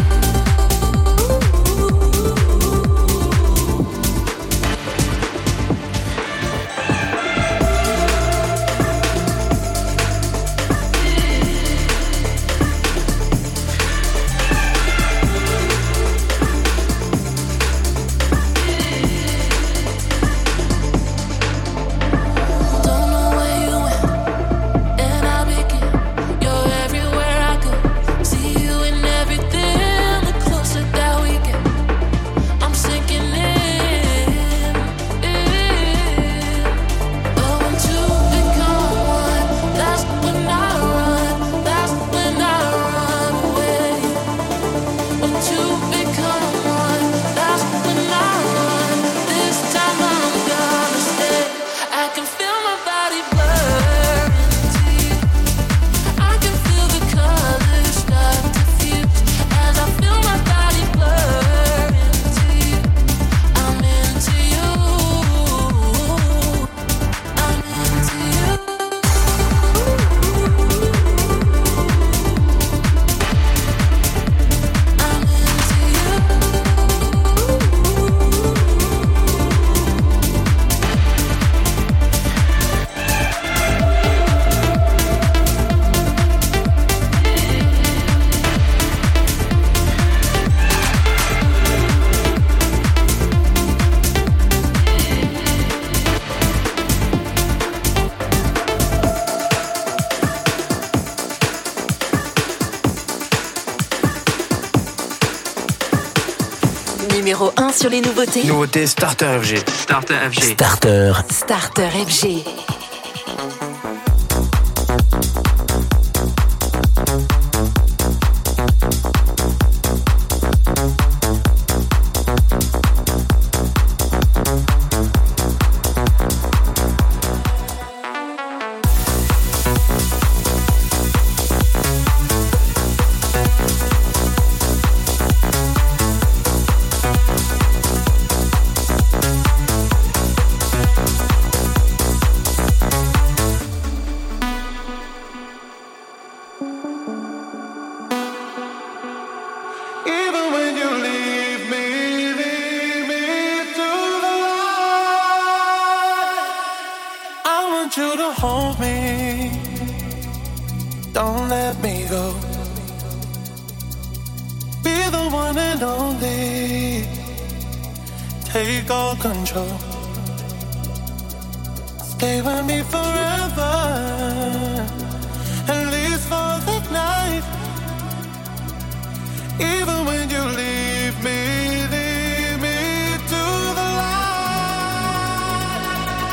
Don't know where you went, and I begin. You're everywhere I go. See you in everything. The closer that we get, I'm sinking in. in. But when two become one, that's when I run. That's when I run away. When two become one, that's when I run. This time I'm gonna stay. I can feel my body blur into you. I can feel the colors start to fuse as I feel my body blur into you. I'm into you. I'm into you. I'm into Numéro un sur les nouveautés. Nouveauté Starter F G. Starter F G. Starter. Starter F G. me go. Be the one and only. Take all control. Stay with me forever. At least for the night. Even when you leave me, leave me to the light.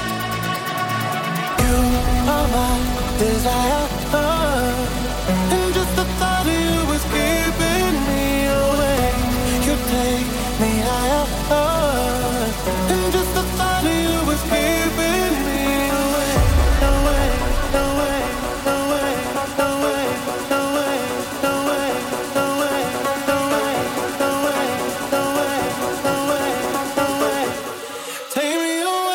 You are my desire, and just the thought of you is keeping me awake. You take me higher, and just the thought of you is keeping me awake. Away, away, away, away, away, away, away, away, away, away, away. Take me away.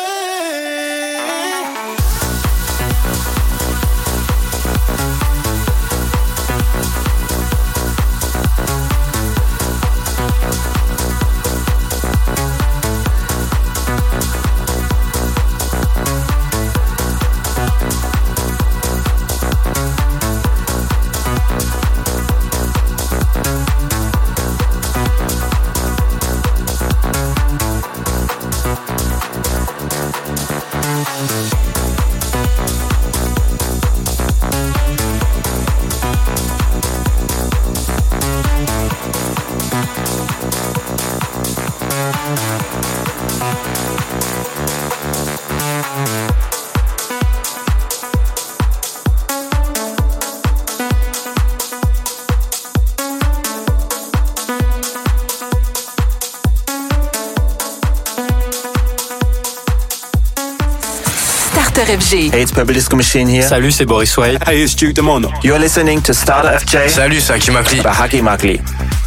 Starter F G. Hey, it's Purple Disco Machine here. Salut, c'est Boris Way. Hey, it's Duke Demono. You're listening to Starter F J. Salut, c'est Hakim Akli. By Hakim Akli.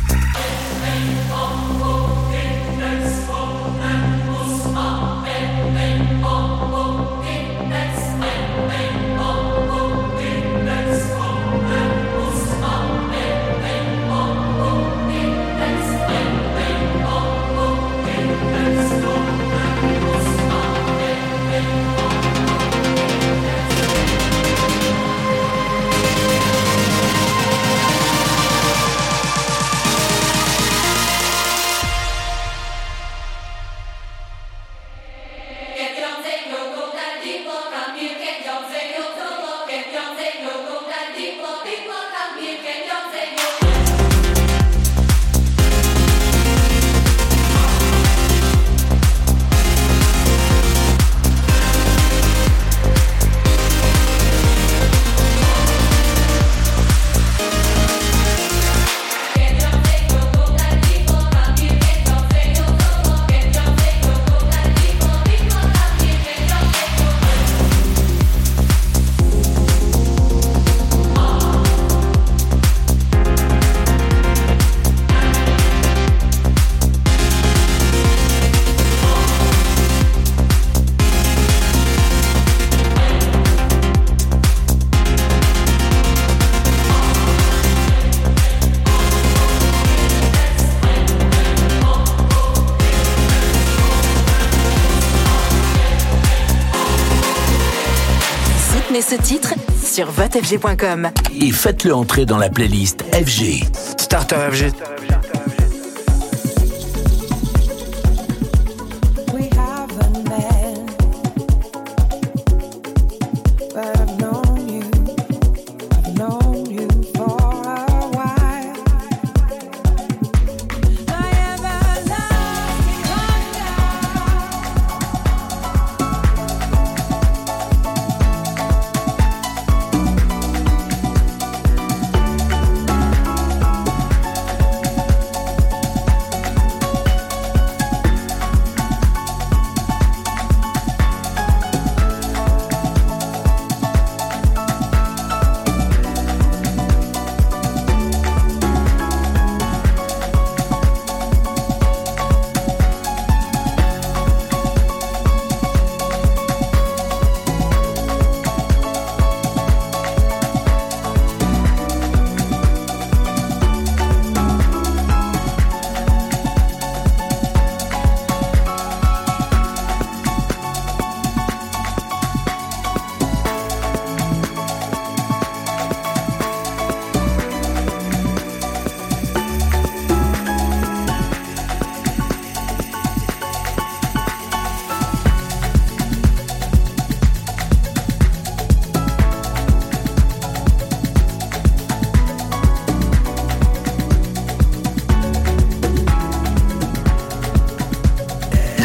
Ce titre sur vote f g point com. Et faites-le entrer dans la playlist F G. Starter F G.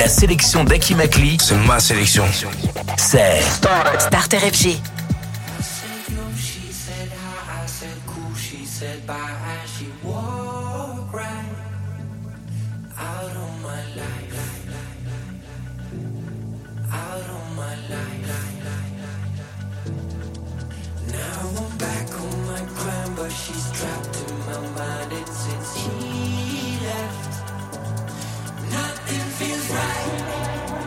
La sélection d'Aki Makli, C'est ma sélection. c'est Starter F G. She said hi, I said cool, she said bye, and she walked right out of my life, out of my life. Now I'm back on my grind, but she's trapped in my mind. It's since he left, nothing feels right.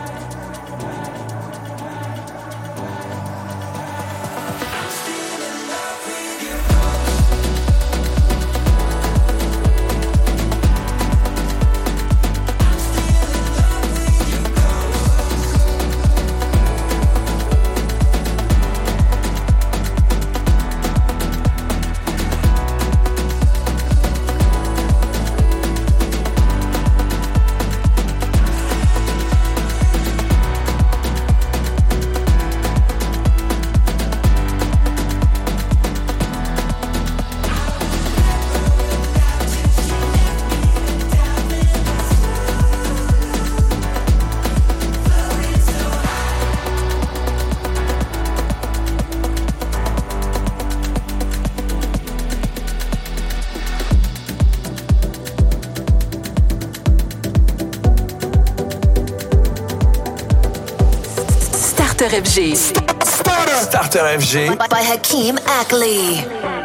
Starter F G. Starter F G. By Hakeem Ackley.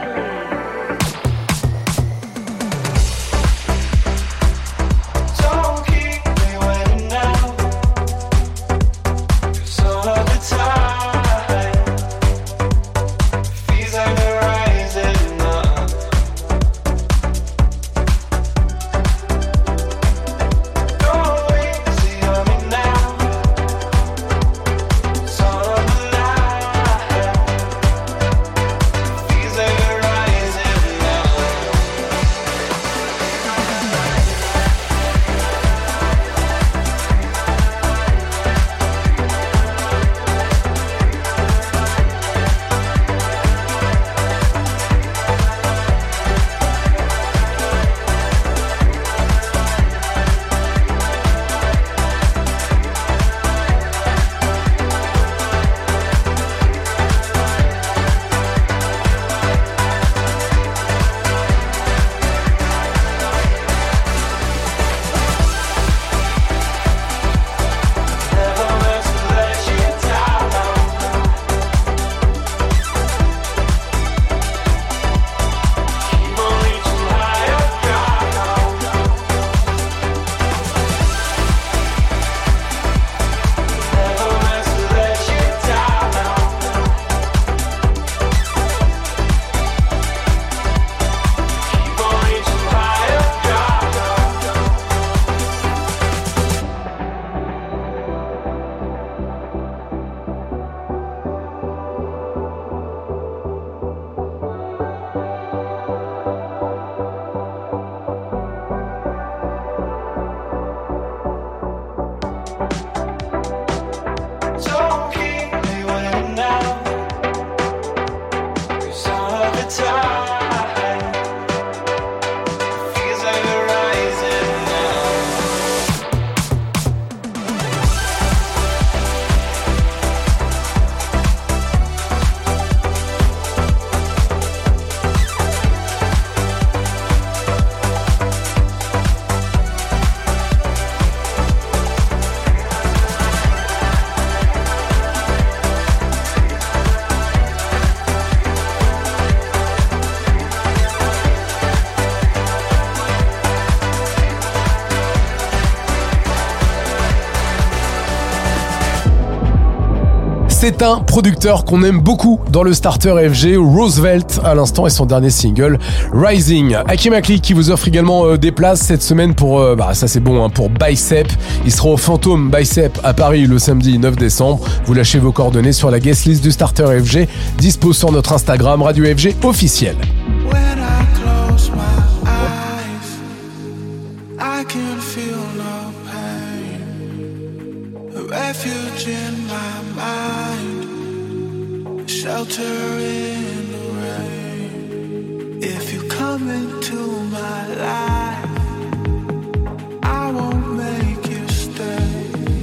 Don't keep me waiting now, 'cause all of the time feels like the rising up. Don't wait to see me now, 'cause all of the light feels like the rising up. Don't keep me waiting now, 'cause all of the time feels like the rising C'est un producteur qu'on aime beaucoup dans le Starter F G, Roosevelt à l'instant, et son dernier single Rising. Hakeem Ackley qui vous offre également euh, des places cette semaine pour, euh, bah ça c'est bon, hein, pour Bicep. Il sera au Fantôme Bicep à Paris le samedi neuf décembre. Vous lâchez vos coordonnées sur la guest list du Starter F G, dispo sur notre Instagram Radio F G officiel. When I close my eyes, I can feel no pain. A refuge in my mind, shelter in the rain. If you come into my life, I won't make you stay.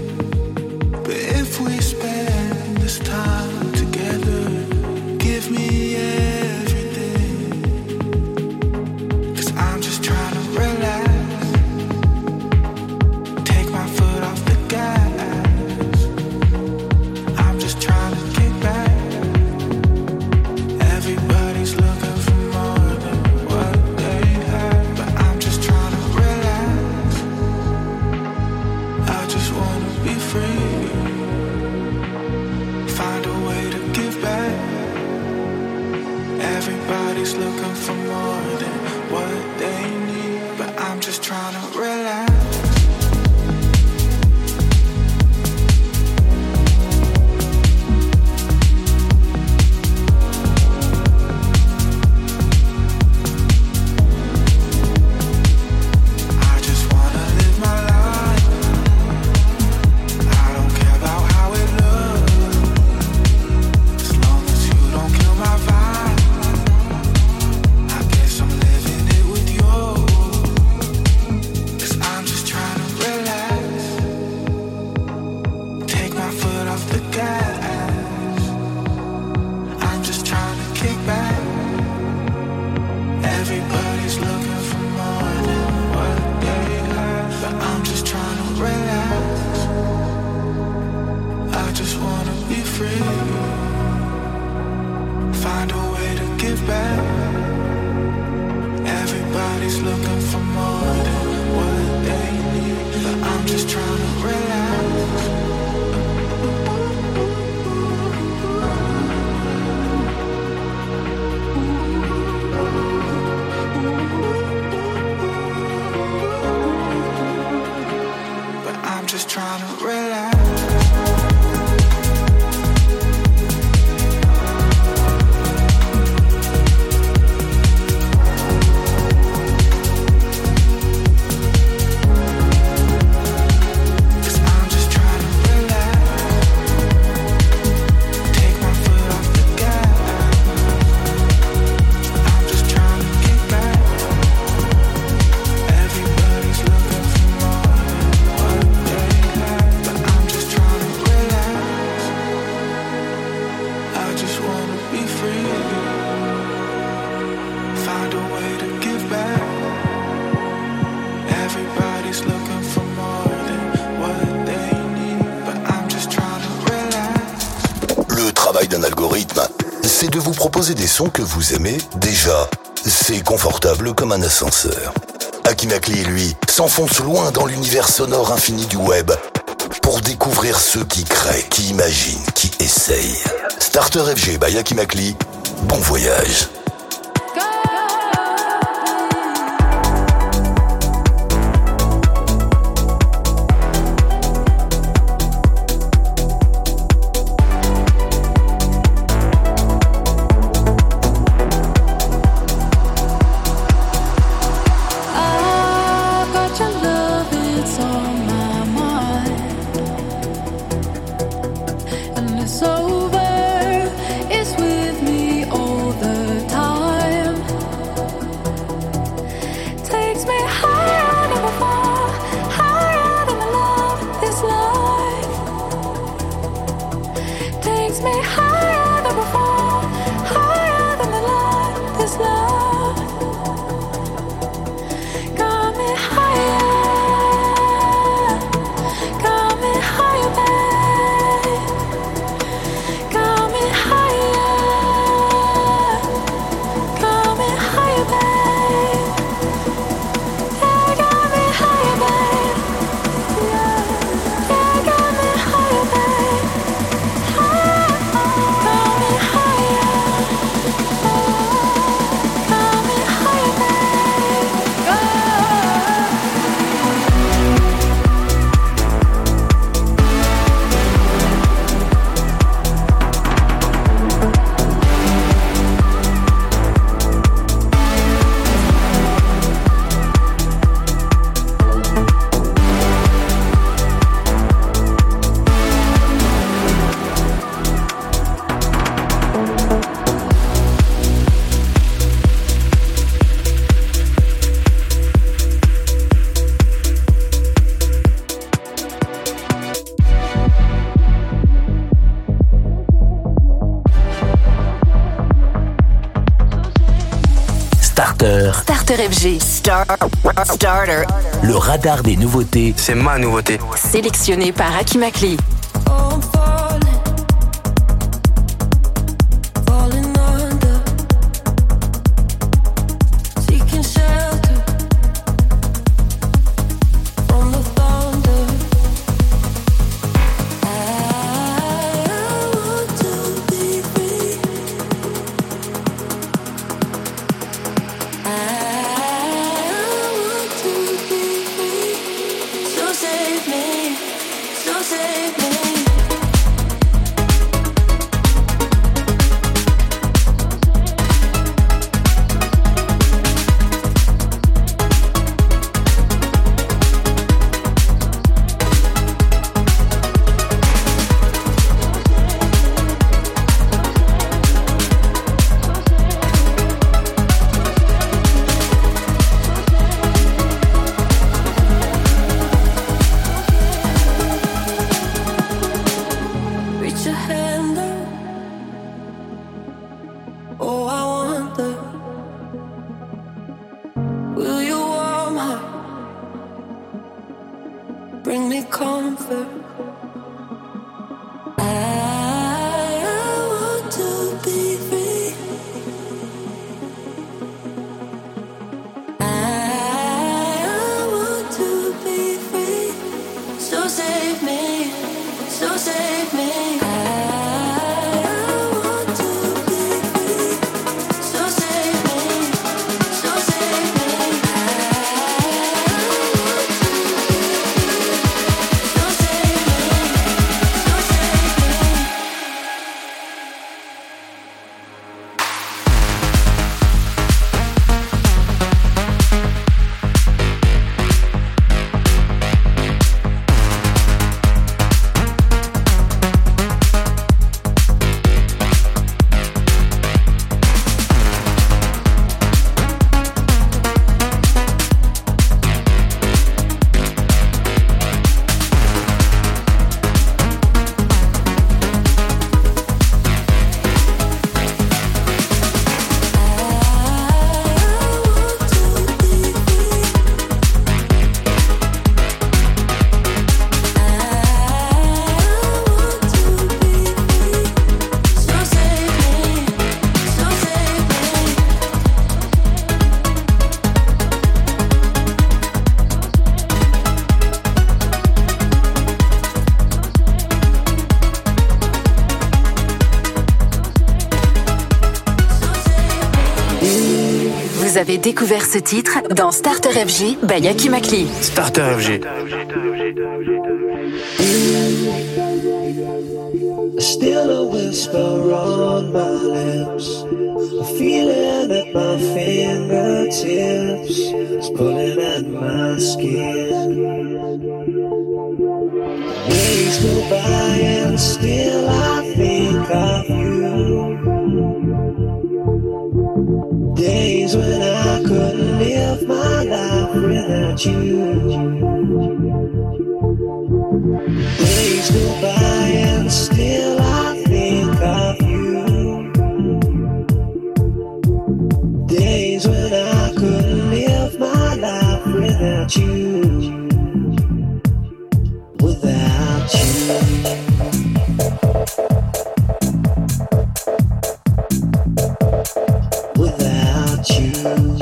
d'un algorithme, c'est de vous proposer des sons que vous aimez déjà. C'est confortable comme un ascenseur. Akimakli, lui, s'enfonce loin dans l'univers sonore infini du web pour découvrir ceux qui créent, qui imaginent, qui essayent. Starter F G by Akimakli, bon voyage. Starter F G. Star, starter. Le radar des nouveautés. C'est ma nouveauté. Sélectionné par Akimakli. So say avez découvert ce titre dans Starter F G by Aki Makli. Starter F G. Still a whisper on my lips, a feeling at my fingertips, it's pulling at my skin. Days go by and still I think of you. Days when I couldn't live my life without you. Days go by and still I think of you. Days when I couldn't live my life without you. Without you. Without you.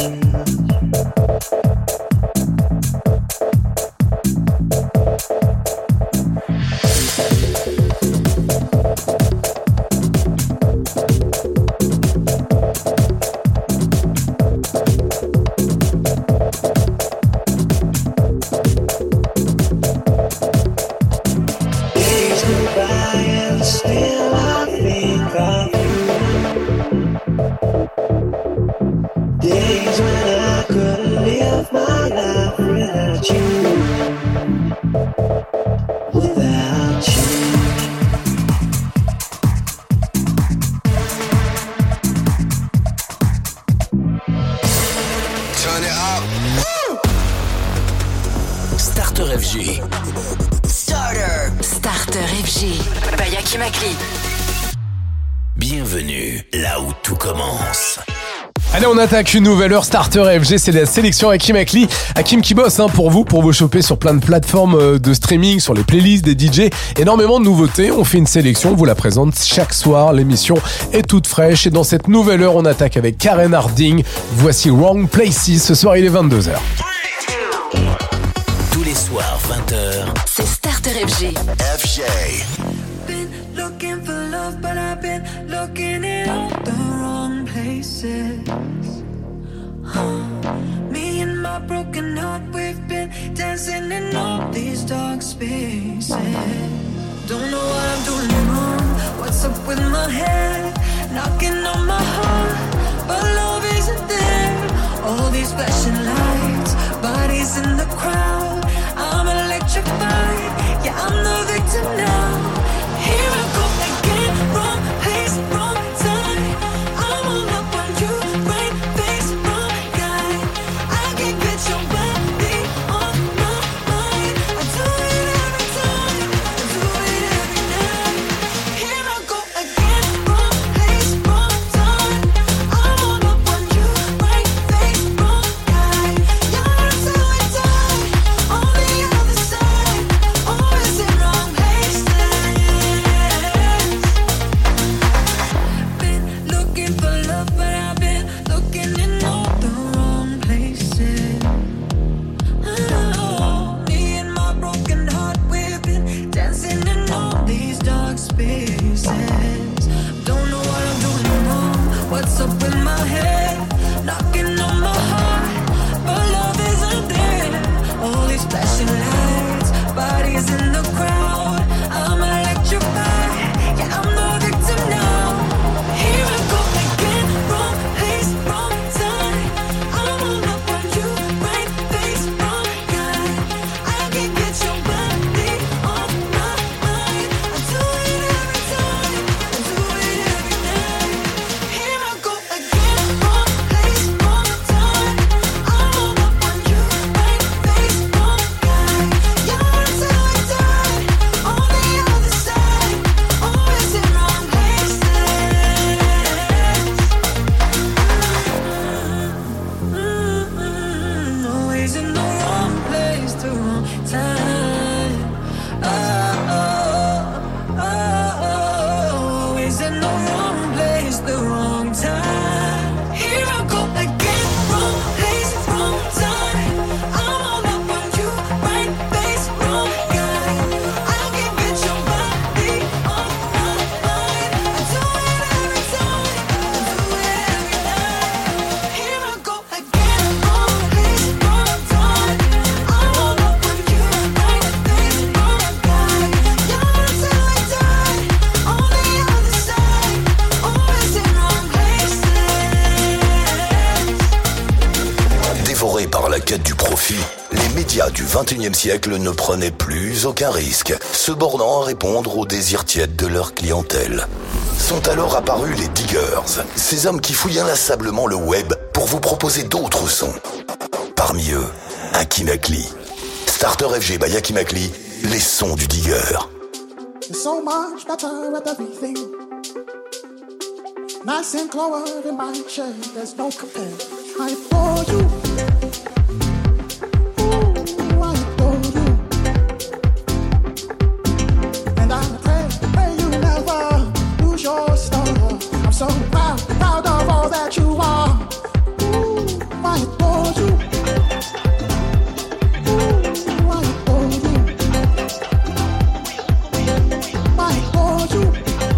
Bienvenue là où tout commence. Allez, on attaque une nouvelle heure Starter F G, c'est la sélection Aki Makli. Hakim qui bosse hein, pour vous, pour vous choper sur plein de plateformes de streaming, sur les playlists des D J. Énormément de nouveautés, on fait une sélection, on vous la présente chaque soir. L'émission est toute fraîche et dans cette nouvelle heure, on attaque avec Karen Harding. Voici Wrong Places, ce soir il est vingt-deux heures. Tous les soirs, vingt heures, c'est Starter F G. F G. Looking for love, but I've been looking in all the wrong places. Huh. Me and my broken heart, we've been dancing in all these dark spaces. Don't know what I'm doing wrong, what's up with my head, knocking on my heart, but love isn't there. All these flashing lights, bodies in the crowd, I'm electrified, yeah I'm the victim now. Here I go again, wrong place, wrong time. I'm all up on you, right face, wrong guy. I can't get your body on my mind. I do it every time, I do it every night. Here I go again, wrong place, wrong time. I'm all up on you, right face, wrong guy. You're so tight, on the other side, always in wrong places. What's up in my head, knocking on my heart, but love isn't there. All these flashing lights, bodies in the crowd, I'm electrified, yeah I'm the victim now. Here I go again, wrong place, wrong time. I'm all up on you, right face, wrong guy. I can't get your body off my mind. I do it every time, I do it every night. Here I go again, wrong place, wrong time. I'm all up on you, right face, wrong guy. les médias du vingt et unième siècle ne prenaient plus aucun risque, se bornant à répondre aux désirs tièdes de leur clientèle. Sont alors apparus les diggers, ces hommes qui fouillent inlassablement le web pour vous proposer d'autres sons. Parmi eux, Hakim Akli. Starter F G by Hakim Akli, les sons du digger. There's so much better at everything. Nice and clover in my shirt, there's no compare. I adore you. Ooh, I adore you. And I pray, pray you never lose your star. I'm so proud, proud of all that you are. Ooh, I adore you. Ooh, I adore you. I adore you.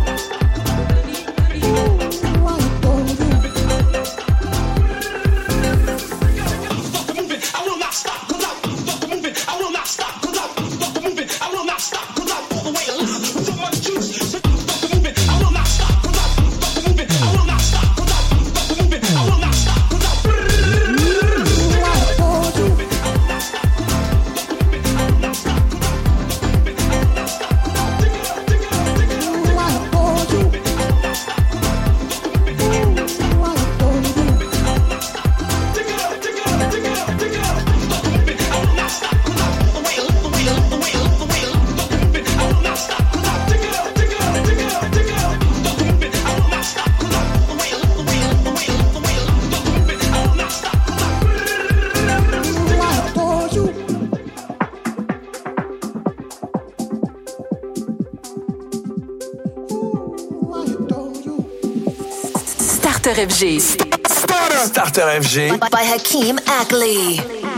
Starter F G. Starter, Starter F G. By, by Hakim Akli.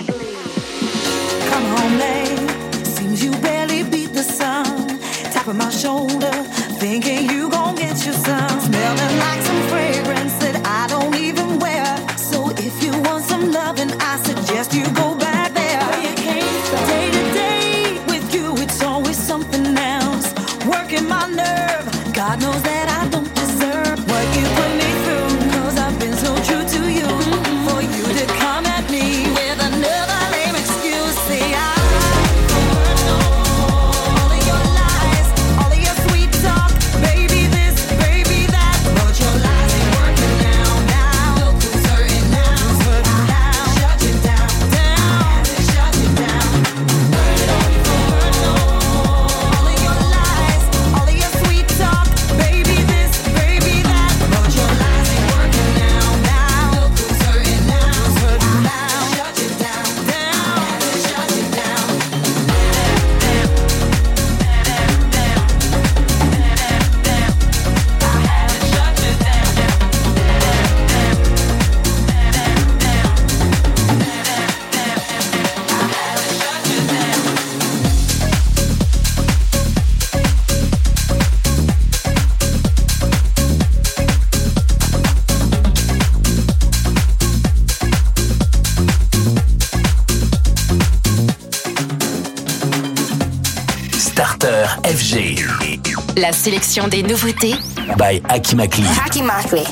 Come home late, seems you barely beat the sun. Tapping my shoulder, thinking you gon' get your some. Smelling like some fragrance that I don't even wear. So if you want some loving, I suggest you go back there. You can't day to day with you, it's always something else. Working my nerve, God knows that I don't deserve what you put me through. Cause I've been so true to you. For you to come at me with another lame excuse. See, I all of your lies, all of your sweet talk, baby this, baby that. But your lies ain't working now, now. Look who's hurting now, who's hurting now. Shut you down, down, shut you down. Burn it all before, no. All of your lies, all of your sweet talk, baby this, baby that. But your lies ain't working now, now. Look who's hurting now, who's hurting now. Shut you down, down, shut you down. Starter F G. La sélection des nouveautés By Hakim Akli. Hakim Akli.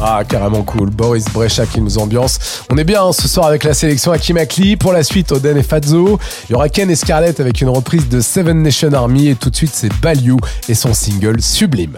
Ah, carrément cool. Boris Brejcha qui nous ambiance. On est bien hein, ce soir avec la sélection Hakim Akli. Pour la suite, Oden et Fazzo. Il y aura Ken et Scarlett avec une reprise de Seven Nation Army. Et tout de suite, c'est Baliou et son single Sublime.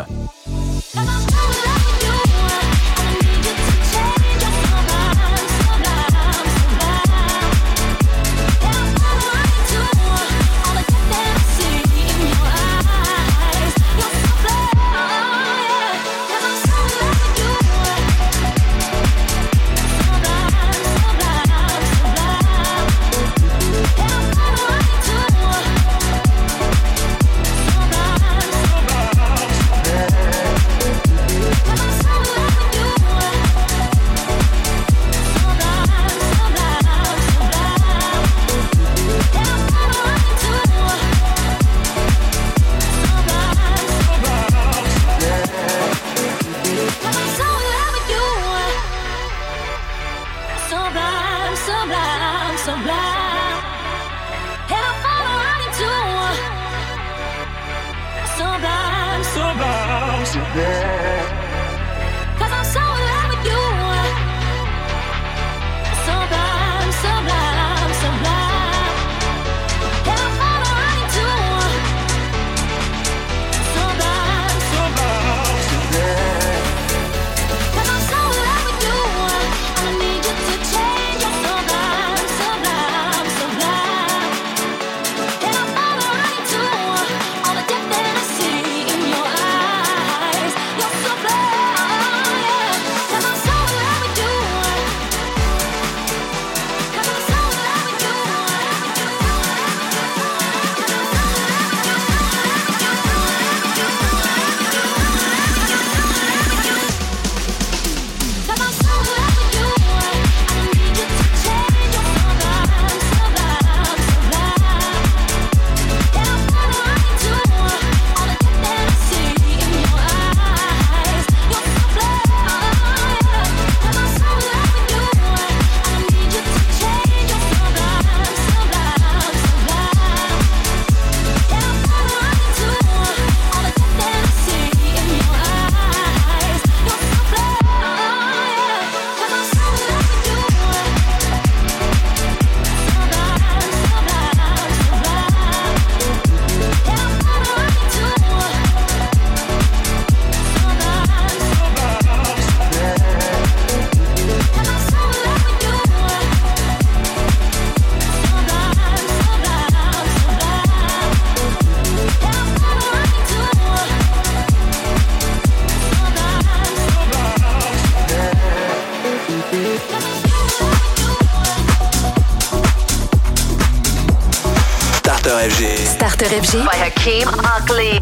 Starter F G by Hakim Akli.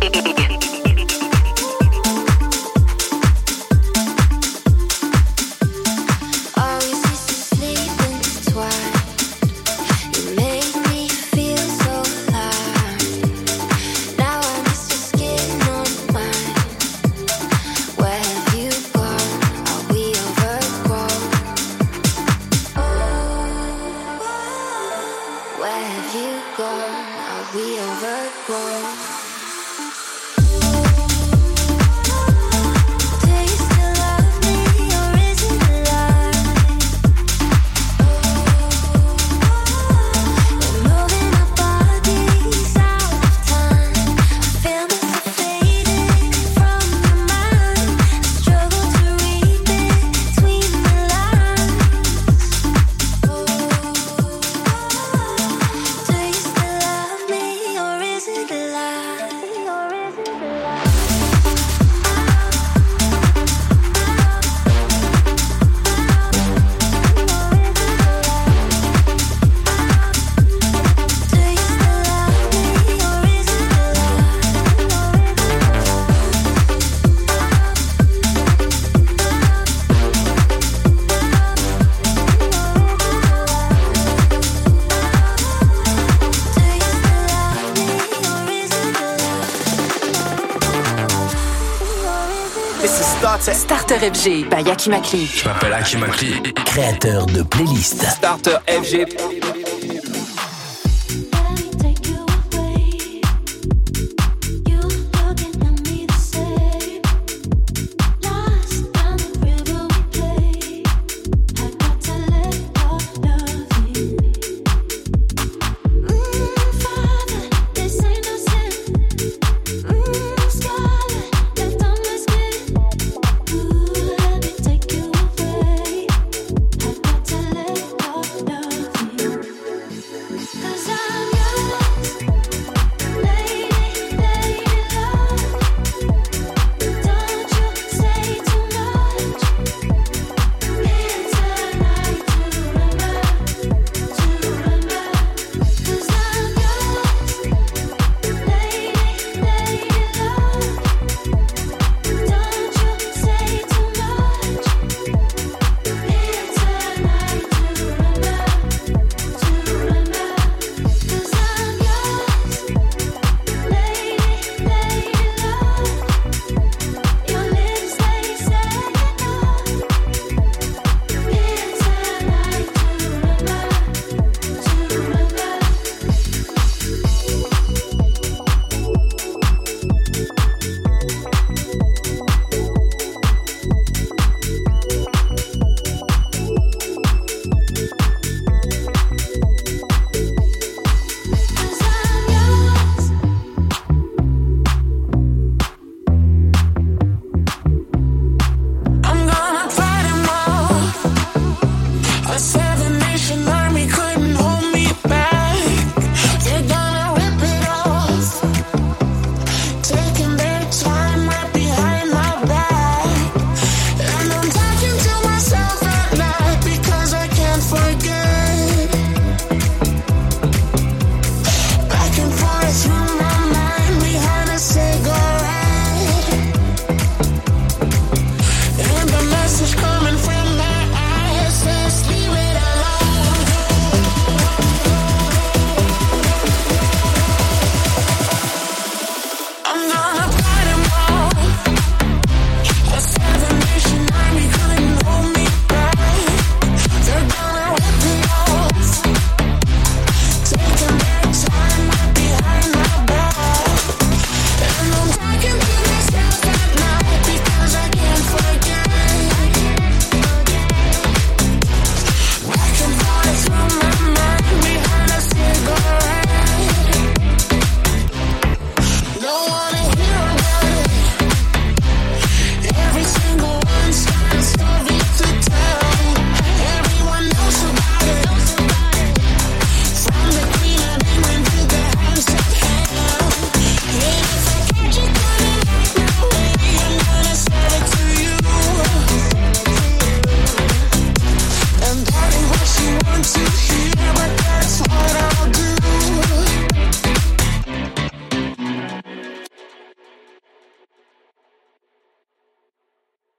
Starter F G by Hakim Akli. Je m'appelle Hakim Akli, créateur de playlist. Starter F G.